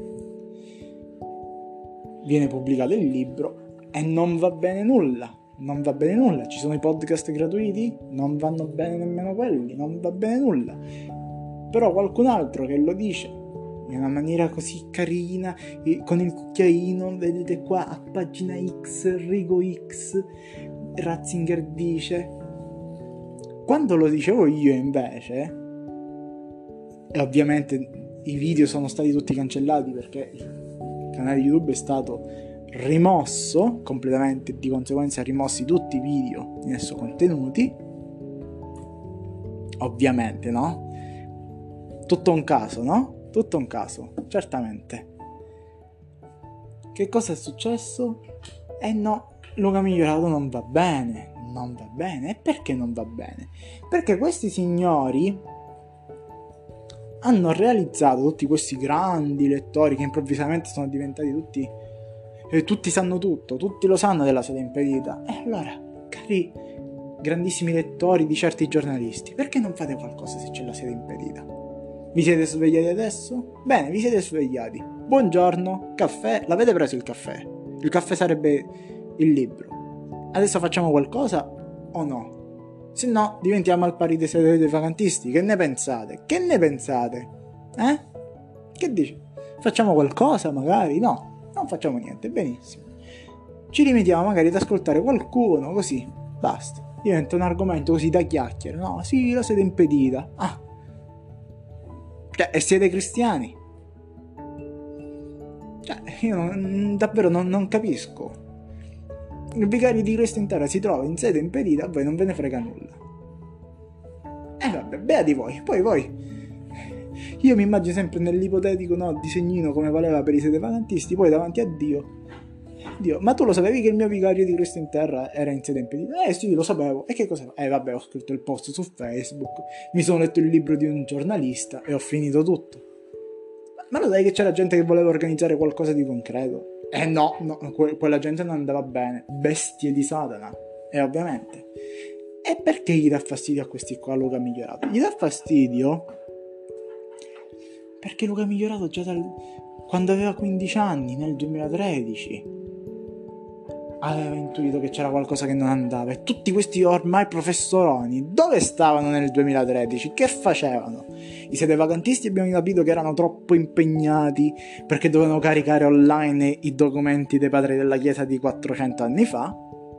viene pubblicato il libro e non va bene nulla. Non va bene nulla. Ci sono i podcast gratuiti? Non vanno bene nemmeno quelli. Non va bene nulla. Però qualcun altro che lo dice in una maniera così carina, con il cucchiaino, vedete qua a pagina X, rigo X, Ratzinger dice. Quando lo dicevo io invece, e ovviamente i video sono stati tutti cancellati perché il canale YouTube è stato rimosso completamente, di conseguenza rimossi tutti i video in esso contenuti, ovviamente, no? Tutto un caso, no? Tutto un caso, certamente. Che cosa è successo? No, Luca Migliorato non va bene. Non va bene. E perché non va bene? Perché questi signori hanno realizzato, tutti questi grandi lettori che improvvisamente sono diventati tutti sanno tutto, tutti lo sanno della sede impedita. E allora, cari grandissimi lettori di certi giornalisti, perché non fate qualcosa se c'è la sede impedita? Vi siete svegliati adesso? Bene, vi siete svegliati. Buongiorno, caffè. L'avete preso il caffè? Il caffè sarebbe il libro. Adesso facciamo qualcosa o no? Se no, diventiamo al pari dei sedevacantisti. Che ne pensate? Che ne pensate? Che dici? Facciamo qualcosa magari? No, non facciamo niente, benissimo. Ci limitiamo magari ad ascoltare qualcuno, così, basta. Diventa un argomento così da chiacchiere, no? Sì, la sede impedita. E siete cristiani? Io davvero non capisco. Il vicario di Cristo in terra si trova in sede impedita, a voi non ve ne frega nulla. Vabbè, beati voi. Poi io mi immagino sempre nell'ipotetico, no, disegnino come valeva per i sedevacantisti, poi davanti a Dio, ma tu lo sapevi che il mio vicario di Cristo in terra era in sede impedita? Sì, lo sapevo. E che cosa? Vabbè, ho scritto il post su Facebook, mi sono letto il libro di un giornalista e ho finito tutto. Ma lo sai che c'era gente che voleva organizzare qualcosa di concreto? No, quella gente non andava bene. Bestie di Satana. E ovviamente. E perché gli dà fastidio a questi qua Luca Migliorato? Gli dà fastidio perché Luca Migliorato già quando aveva 15 anni, nel 2013, aveva intuito che c'era qualcosa che non andava. E tutti questi ormai professoroni dove stavano nel 2013? Che facevano? I sedevacantisti abbiamo capito che erano troppo impegnati perché dovevano caricare online i documenti dei padri della chiesa di 400 anni fa.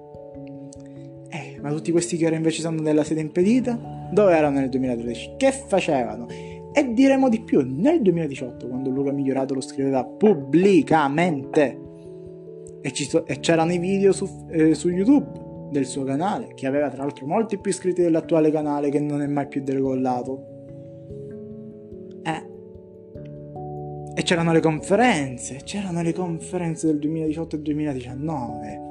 Ma tutti questi che ora invece sono nella sede impedita, dove erano nel 2013? Che facevano? E diremo di più, nel 2018, quando Luca Migliorato lo scriveva pubblicamente, e c'erano i video su YouTube del suo canale, che aveva tra l'altro molti più iscritti dell'attuale canale, che non è mai più decollato. E c'erano le conferenze del 2018 e 2019.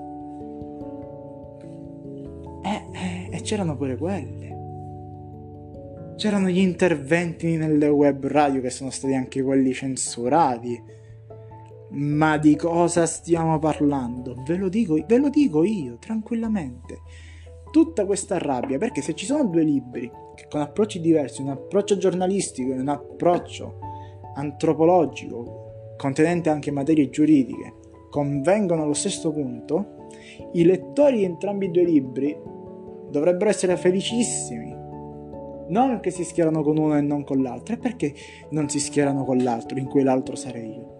E c'erano pure quelle. C'erano gli interventi nelle web radio, che sono stati anche quelli censurati. Ma di cosa stiamo parlando? Ve lo dico io, tranquillamente. tutta questa rabbia, perché se ci sono due libri che con approcci diversi, un approccio giornalistico e un approccio antropologico contenente anche materie giuridiche, convengono allo stesso punto, i lettori di entrambi i due libri dovrebbero essere felicissimi. Non che si schierano con uno e non con l'altro, e perché non si schierano con l'altro, in cui l'altro sarei io?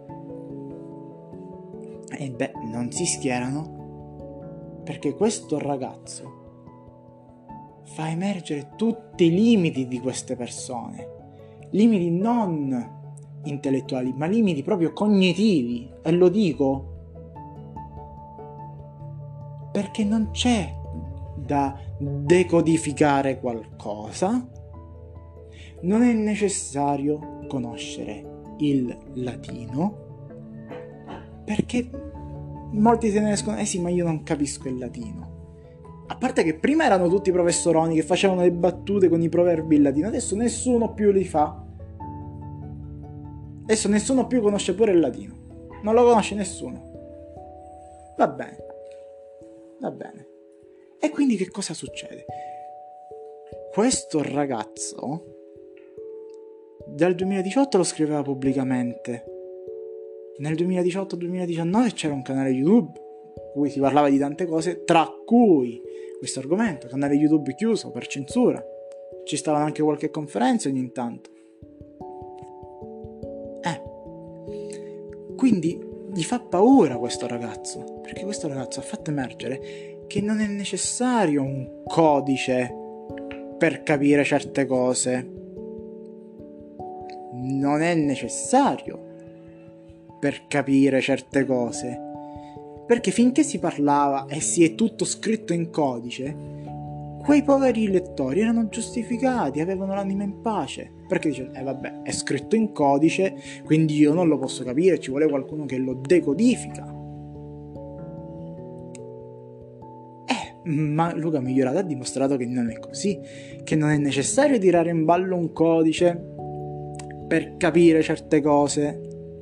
E non si schierano perché questo ragazzo fa emergere tutti i limiti di queste persone, limiti non intellettuali, ma limiti proprio cognitivi, e lo dico perché non c'è da decodificare qualcosa, non è necessario conoscere il latino, perché molti se ne escono, sì, ma io non capisco il latino. A parte che prima erano tutti professoroni che facevano le battute con i proverbi in latino, adesso nessuno più li fa. Adesso nessuno più conosce pure il latino. Non lo conosce nessuno. Va bene. Va bene. E quindi che cosa succede? Questo ragazzo dal 2018 lo scriveva pubblicamente. Nel 2018-2019 c'era un canale YouTube in cui si parlava di tante cose, tra cui questo argomento, canale YouTube chiuso per censura. Ci stavano anche qualche conferenza ogni tanto. Quindi gli fa paura questo ragazzo, perché questo ragazzo ha fatto emergere che non è necessario un codice per capire certe cose. Non è necessario per capire certe cose, perché finché si parlava e si è tutto scritto in codice, quei poveri lettori erano giustificati, avevano l'anima in pace, perché dicevano vabbè, è scritto in codice, quindi io non lo posso capire, ci vuole qualcuno che lo decodifica. Ma Luca Migliorato ha dimostrato che non è così, che non è necessario tirare in ballo un codice per capire certe cose.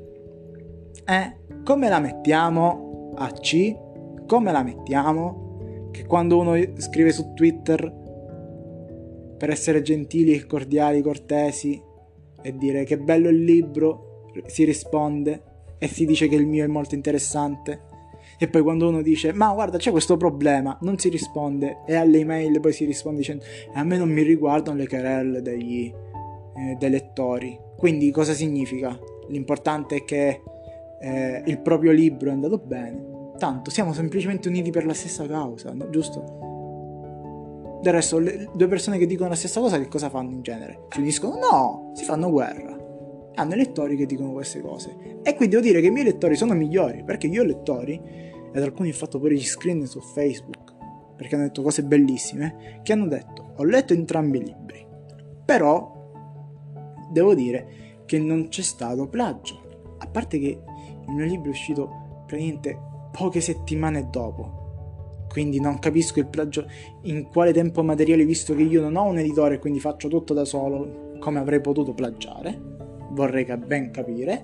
Come la mettiamo a C? Come la mettiamo? Che quando uno scrive su Twitter per essere gentili e cordiali, cortesi e dire che bello il libro, si risponde e si dice che il mio è molto interessante, e poi quando uno dice ma guarda c'è questo problema, non si risponde, e alle email poi si risponde dicendo a me non mi riguardano le querelle dei lettori. Quindi cosa significa? L'importante è che il proprio libro è andato bene, tanto siamo semplicemente uniti per la stessa causa, no? Giusto? Del resto le due persone che dicono la stessa cosa che cosa fanno in genere? Si uniscono? No, si fanno guerra. Hanno i lettori che dicono queste cose, e qui devo dire che i miei lettori sono migliori, perché io ho lettori, ed alcuni ho fatto pure gli screen su Facebook perché hanno detto cose bellissime, che hanno detto ho letto entrambi i libri, però devo dire che non c'è stato plagio, a parte che il mio libro è uscito praticamente poche settimane dopo, quindi non capisco il plagio in quale tempo materiale, visto che io non ho un editore e quindi faccio tutto da solo, come avrei potuto plagiare. Vorrei ben capire,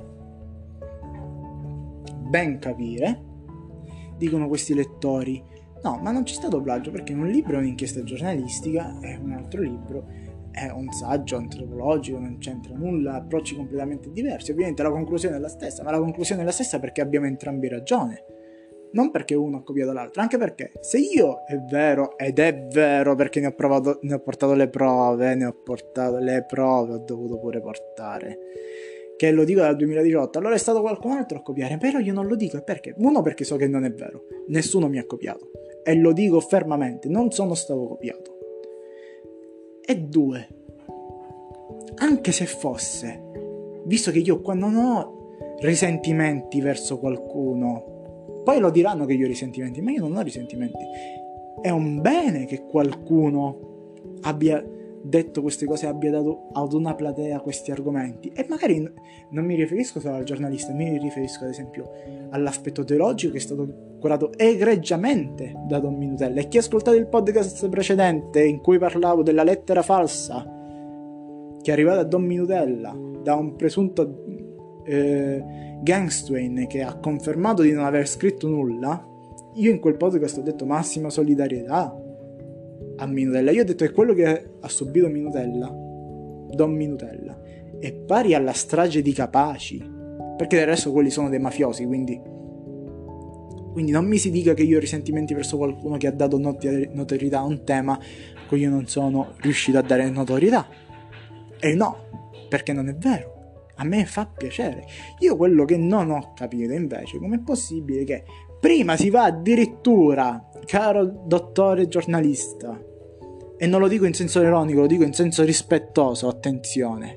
dicono questi lettori. No, ma non c'è stato plagio, perché un libro è un'inchiesta giornalistica e un altro libro è un saggio antropologico, non c'entra nulla, approcci completamente diversi. Ovviamente la conclusione è la stessa, ma la conclusione è la stessa perché abbiamo entrambi ragione, non perché uno ha copiato l'altro. Anche perché se io è vero, ed è vero perché ne ho portato le prove, ho dovuto pure portare, che lo dico dal 2018, allora è stato qualcun altro a copiare, però io non lo dico. E perché? Uno, perché so che non è vero, nessuno mi ha copiato e lo dico fermamente, non sono stato copiato. E due, anche se fosse, visto che io qua non ho risentimenti verso qualcuno, poi lo diranno che io ho risentimenti, ma io non ho risentimenti. È un bene che qualcuno abbia detto queste cose, abbia dato ad una platea questi argomenti, e magari non mi riferisco solo al giornalista, mi riferisco ad esempio all'aspetto teologico che è stato curato egregiamente da Don Minutella. E chi ha ascoltato il podcast precedente in cui parlavo della lettera falsa che è arrivata a Don Minutella da un presunto Gangstwain che ha confermato di non aver scritto nulla, io in quel podcast ho detto massima solidarietà, a Minutella. Io ho detto che quello che ha subito Minutella, Don Minutella, è pari alla strage di Capaci, perché del resto quelli sono dei mafiosi, quindi non mi si dica che io ho risentimenti verso qualcuno che ha dato notorietà a un tema a cui io non sono riuscito a dare notorietà. E no, perché non è vero. A me fa piacere. Io quello che non ho capito invece, com'è possibile che prima si va addirittura, caro dottore giornalista, e non lo dico in senso ironico, lo dico in senso rispettoso, attenzione,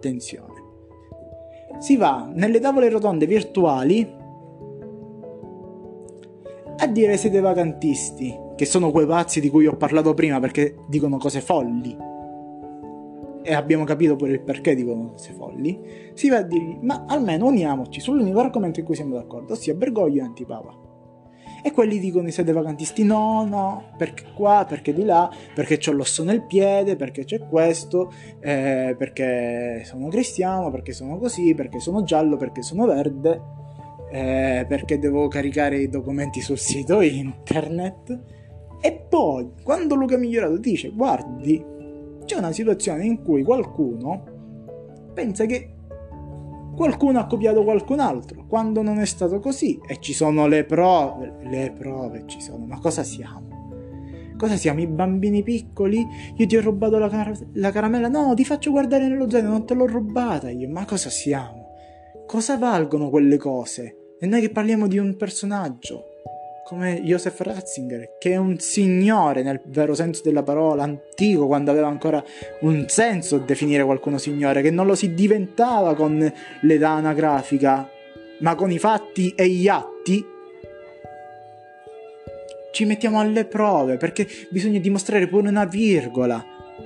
si va nelle tavole rotonde virtuali a dire siete vacantisti, che sono quei pazzi di cui ho parlato prima perché dicono cose folli, e abbiamo capito pure il perché dicono cose folli. Si va a dire, ma almeno uniamoci sull'unico argomento in cui siamo d'accordo, ossia Bergoglio e Antipapa. E quelli dicono siete vacantisti, no, perché qua, perché di là, perché c'ho l'osso nel piede, perché c'è questo, perché sono cristiano, perché sono così, perché sono giallo, perché sono verde, perché devo caricare i documenti sul sito internet. E poi, quando Luca Migliorato dice, guardi, c'è una situazione in cui qualcuno pensa che qualcuno ha copiato qualcun altro, quando non è stato così, e ci sono le prove ci sono, ma cosa siamo? Cosa siamo, i bambini piccoli? Io ti ho rubato la caramella, no, ti faccio guardare nello zaino, non te l'ho rubata io, ma cosa siamo? Cosa valgono quelle cose? E noi che parliamo di un personaggio come Joseph Ratzinger, che è un signore nel vero senso della parola, antico, quando aveva ancora un senso definire qualcuno signore, che non lo si diventava con l'età anagrafica, ma con i fatti e gli atti. Ci mettiamo alle prove, perché bisogna dimostrare pure una virgola.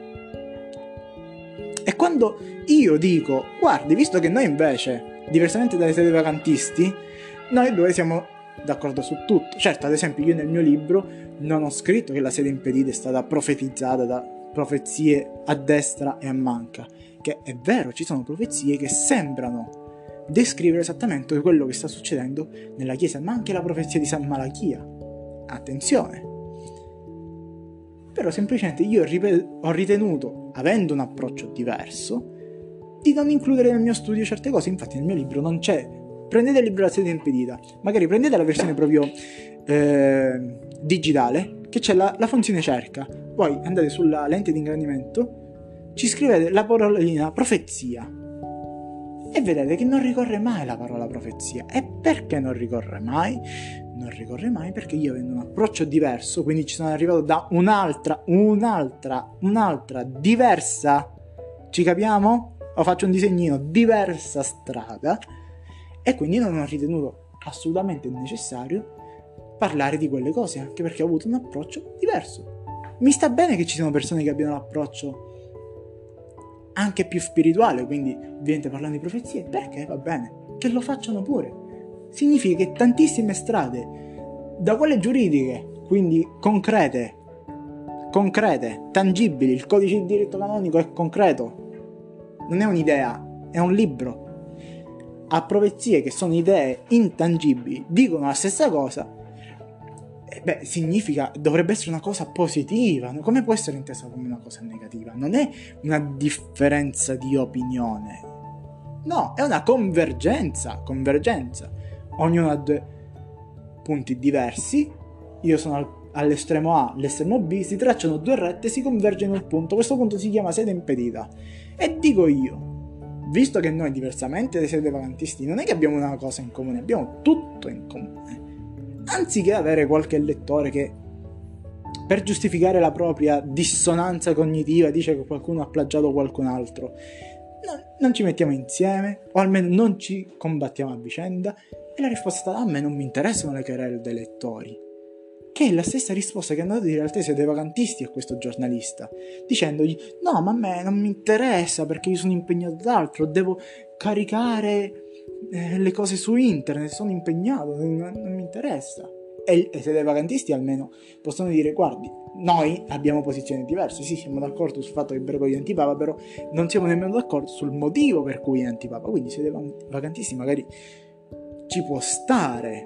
E quando io dico, guardi, visto che noi invece, diversamente dai sede vacantisti, noi due siamo d'accordo su tutto. Certo, ad esempio, io nel mio libro non ho scritto che la sede impedita è stata profetizzata da profezie a destra e a manca, che è vero, ci sono profezie che sembrano descrivere esattamente quello che sta succedendo nella Chiesa, ma anche la profezia di San Malachia. Attenzione. Però semplicemente io ho ritenuto, avendo un approccio diverso, di non includere nel mio studio certe cose. Infatti nel mio libro non c'è prendete il libro La sede impedita, magari prendete la versione proprio digitale, che c'è la funzione cerca, poi andate sulla lente di ingrandimento, ci scrivete la parolina profezia e vedete che non ricorre mai la parola profezia. E perché non ricorre mai? Non ricorre mai perché io, avendo un approccio diverso, quindi ci sono arrivato da un'altra diversa, ci capiamo? O faccio un disegnino, diversa strada, e quindi non ho ritenuto assolutamente necessario parlare di quelle cose, anche perché ho avuto un approccio diverso. Mi sta bene che ci siano persone che abbiano un approccio anche più spirituale, quindi ovviamente parlando di profezie, perché va bene, che lo facciano pure. Significa che tantissime strade, da quelle giuridiche, quindi concrete, tangibili, il codice di diritto canonico è concreto, non è un'idea, è un libro, a profezie che sono idee intangibili, dicono la stessa cosa, significa, dovrebbe essere una cosa positiva. Come può essere intesa come una cosa negativa? Non è una differenza di opinione, no, è una convergenza. Ognuno ha due punti diversi, io sono all'estremo A, l'estremo B, si tracciano due rette, si convergono in un punto, questo punto si chiama sede impedita. E dico io, visto che noi, diversamente dai sede vacantisti, non è che abbiamo una cosa in comune, abbiamo tutto in comune. Anziché avere qualche lettore che, per giustificare la propria dissonanza cognitiva, dice che qualcuno ha plagiato qualcun altro, non ci mettiamo insieme, o almeno non ci combattiamo a vicenda. E la risposta è stata: a me non mi interessano le querele dei lettori, che è la stessa risposta che hanno dato in realtà i sede vacantisti a questo giornalista, dicendogli: no, ma a me non mi interessa perché io sono impegnato ad altro, devo caricare le cose su internet, sono impegnato, non mi interessa. E i sede vacantisti almeno possono dire: guardi, noi abbiamo posizioni diverse, sì, siamo d'accordo sul fatto che Bergoglio è antipapa, però non siamo nemmeno d'accordo sul motivo per cui è antipapa. Quindi i sede vacantisti magari ci può stare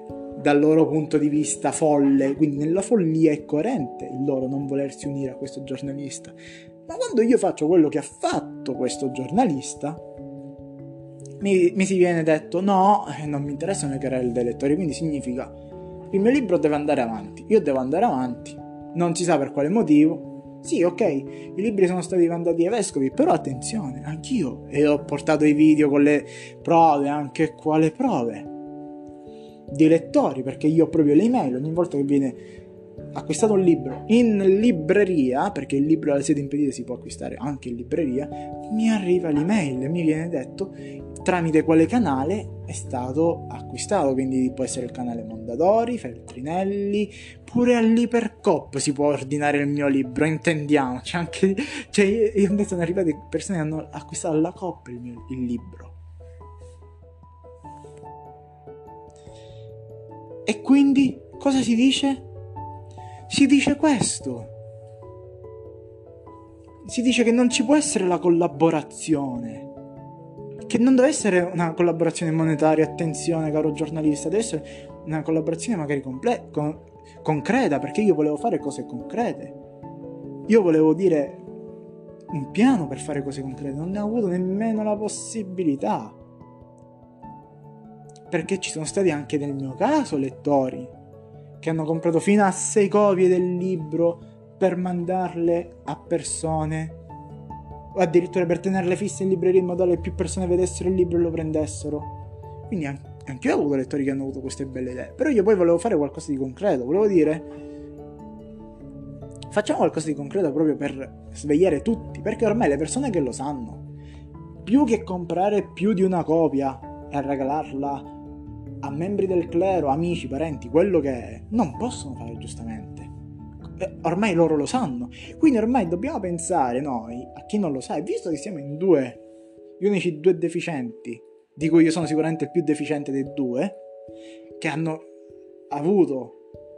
dal loro punto di vista folle, quindi nella follia è coerente il loro non volersi unire a questo giornalista. Ma quando io faccio quello che ha fatto questo giornalista, mi si viene detto no, non mi interessano le querele dei lettori, quindi significa il mio libro deve andare avanti, io devo andare avanti, non si sa per quale motivo. Sì, ok, i libri sono stati mandati ai vescovi, però attenzione, anch'io ho portato i video con le prove, anche quale prove dei lettori, perché io ho proprio le email ogni volta che viene acquistato un libro in libreria, perché il libro alle sedi impedite si può acquistare anche in libreria, mi arriva l'email e mi viene detto tramite quale canale è stato acquistato, quindi può essere il canale Mondadori, Feltrinelli, pure all'Ipercoop si può ordinare il mio libro, intendiamoci, anche, cioè io invece sono arrivate persone che hanno acquistato alla Coop il libro. E quindi cosa si dice? Si dice questo. Si dice che non ci può essere la collaborazione, che non deve essere una collaborazione monetaria, attenzione caro giornalista, deve essere una collaborazione magari concreta, perché io volevo fare cose concrete. Io volevo dire un piano per fare cose concrete, non ne ho avuto nemmeno la possibilità. Perché ci sono stati anche nel mio caso lettori che hanno comprato fino a 6 copie del libro per mandarle a persone, o addirittura per tenerle fisse in libreria in modo tale che più persone vedessero il libro e lo prendessero. Quindi anche io ho avuto lettori che hanno avuto queste belle idee, però io poi volevo fare qualcosa di concreto, volevo dire facciamo qualcosa di concreto proprio per svegliare tutti, perché ormai le persone che lo sanno, più che comprare più di una copia e regalarla a membri del clero, amici, parenti, quello che è, non possono fare giustamente. Ormai loro lo sanno, quindi ormai dobbiamo pensare noi a chi non lo sa, e visto che siamo in due, gli unici due deficienti, di cui io sono sicuramente il più deficiente dei due, che hanno avuto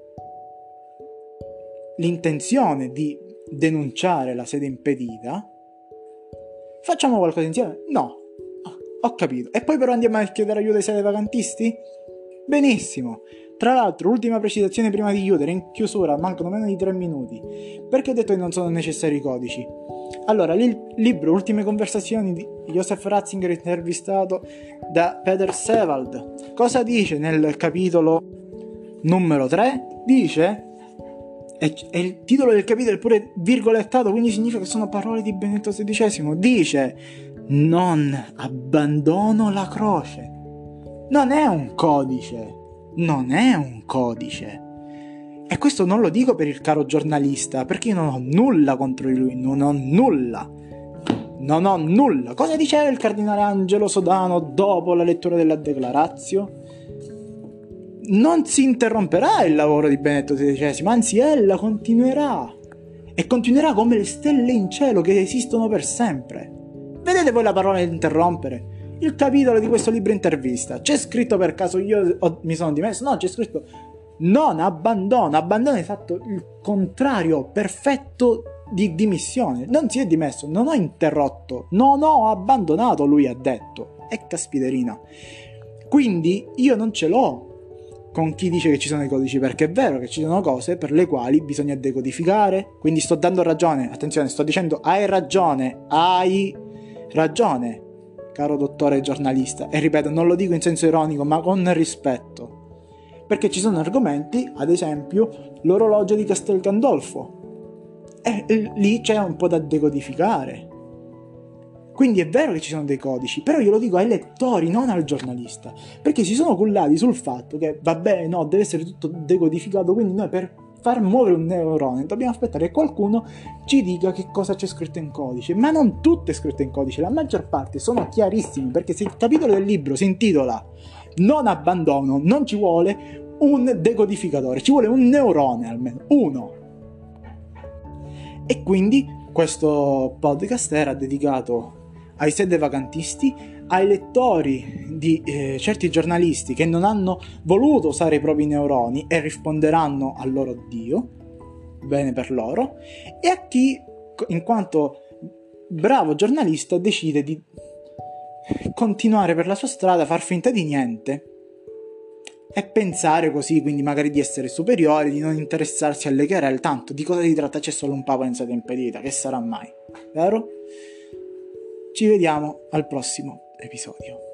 l'intenzione di denunciare la sede impedita, facciamo qualcosa insieme? No, ho capito. E poi però andiamo a chiedere aiuto ai sedevacantisti? Benissimo. Tra l'altro, ultima precisazione prima di chiudere, in chiusura, mancano meno di 3 minuti. Perché ho detto che non sono necessari i codici? Allora, il libro Ultime conversazioni di Joseph Ratzinger intervistato da Peter Sewald. Cosa dice nel capitolo numero 3? Dice, e il titolo del capitolo è pure virgolettato, quindi significa che sono parole di Benedetto XVI, dice: non abbandono la croce. Non è un codice. Non è un codice. E questo non lo dico per il caro giornalista, perché io non ho nulla contro di lui, non ho nulla. Cosa diceva il cardinale Angelo Sodano dopo la lettura della Declaratio? Non si interromperà il lavoro di Benedetto XVI, anzi ella continuerà. E continuerà come le stelle in cielo che esistono per sempre. Vedete voi la parola interrompere? Il capitolo di questo libro intervista, c'è scritto per caso mi sono dimesso? No, c'è scritto non abbandono è esatto il contrario perfetto di dimissione. Non si è dimesso, non ho interrotto, non ho abbandonato, lui ha detto. E caspiterina. Quindi io non ce l'ho con chi dice che ci sono i codici, perché è vero che ci sono cose per le quali bisogna decodificare, quindi sto dando ragione, attenzione, sto dicendo hai ragione, caro dottore giornalista, e ripeto, non lo dico in senso ironico, ma con rispetto, perché ci sono argomenti, ad esempio l'orologio di Castel Gandolfo, e lì c'è un po' da decodificare. Quindi è vero che ci sono dei codici, però io lo dico ai lettori, non al giornalista, perché si sono cullati sul fatto che vabbè, no, deve essere tutto decodificato, quindi noi per far muovere un neurone dobbiamo aspettare che qualcuno ci dica che cosa c'è scritto in codice. Ma non tutto è scritto in codice, la maggior parte sono chiarissimi, perché se il capitolo del libro si intitola non abbandono, non ci vuole un decodificatore, ci vuole un neurone almeno, uno. E quindi questo podcast era dedicato ai sedevacantisti, ai lettori di certi giornalisti che non hanno voluto usare i propri neuroni e risponderanno al loro Dio, bene per loro, e a chi, in quanto bravo giornalista, decide di continuare per la sua strada, far finta di niente e pensare così, quindi magari di essere superiori, di non interessarsi alle querele, tanto di cosa si tratta? C'è solo un papa in sede impedita, che sarà mai, vero? Ci vediamo al prossimo episodio.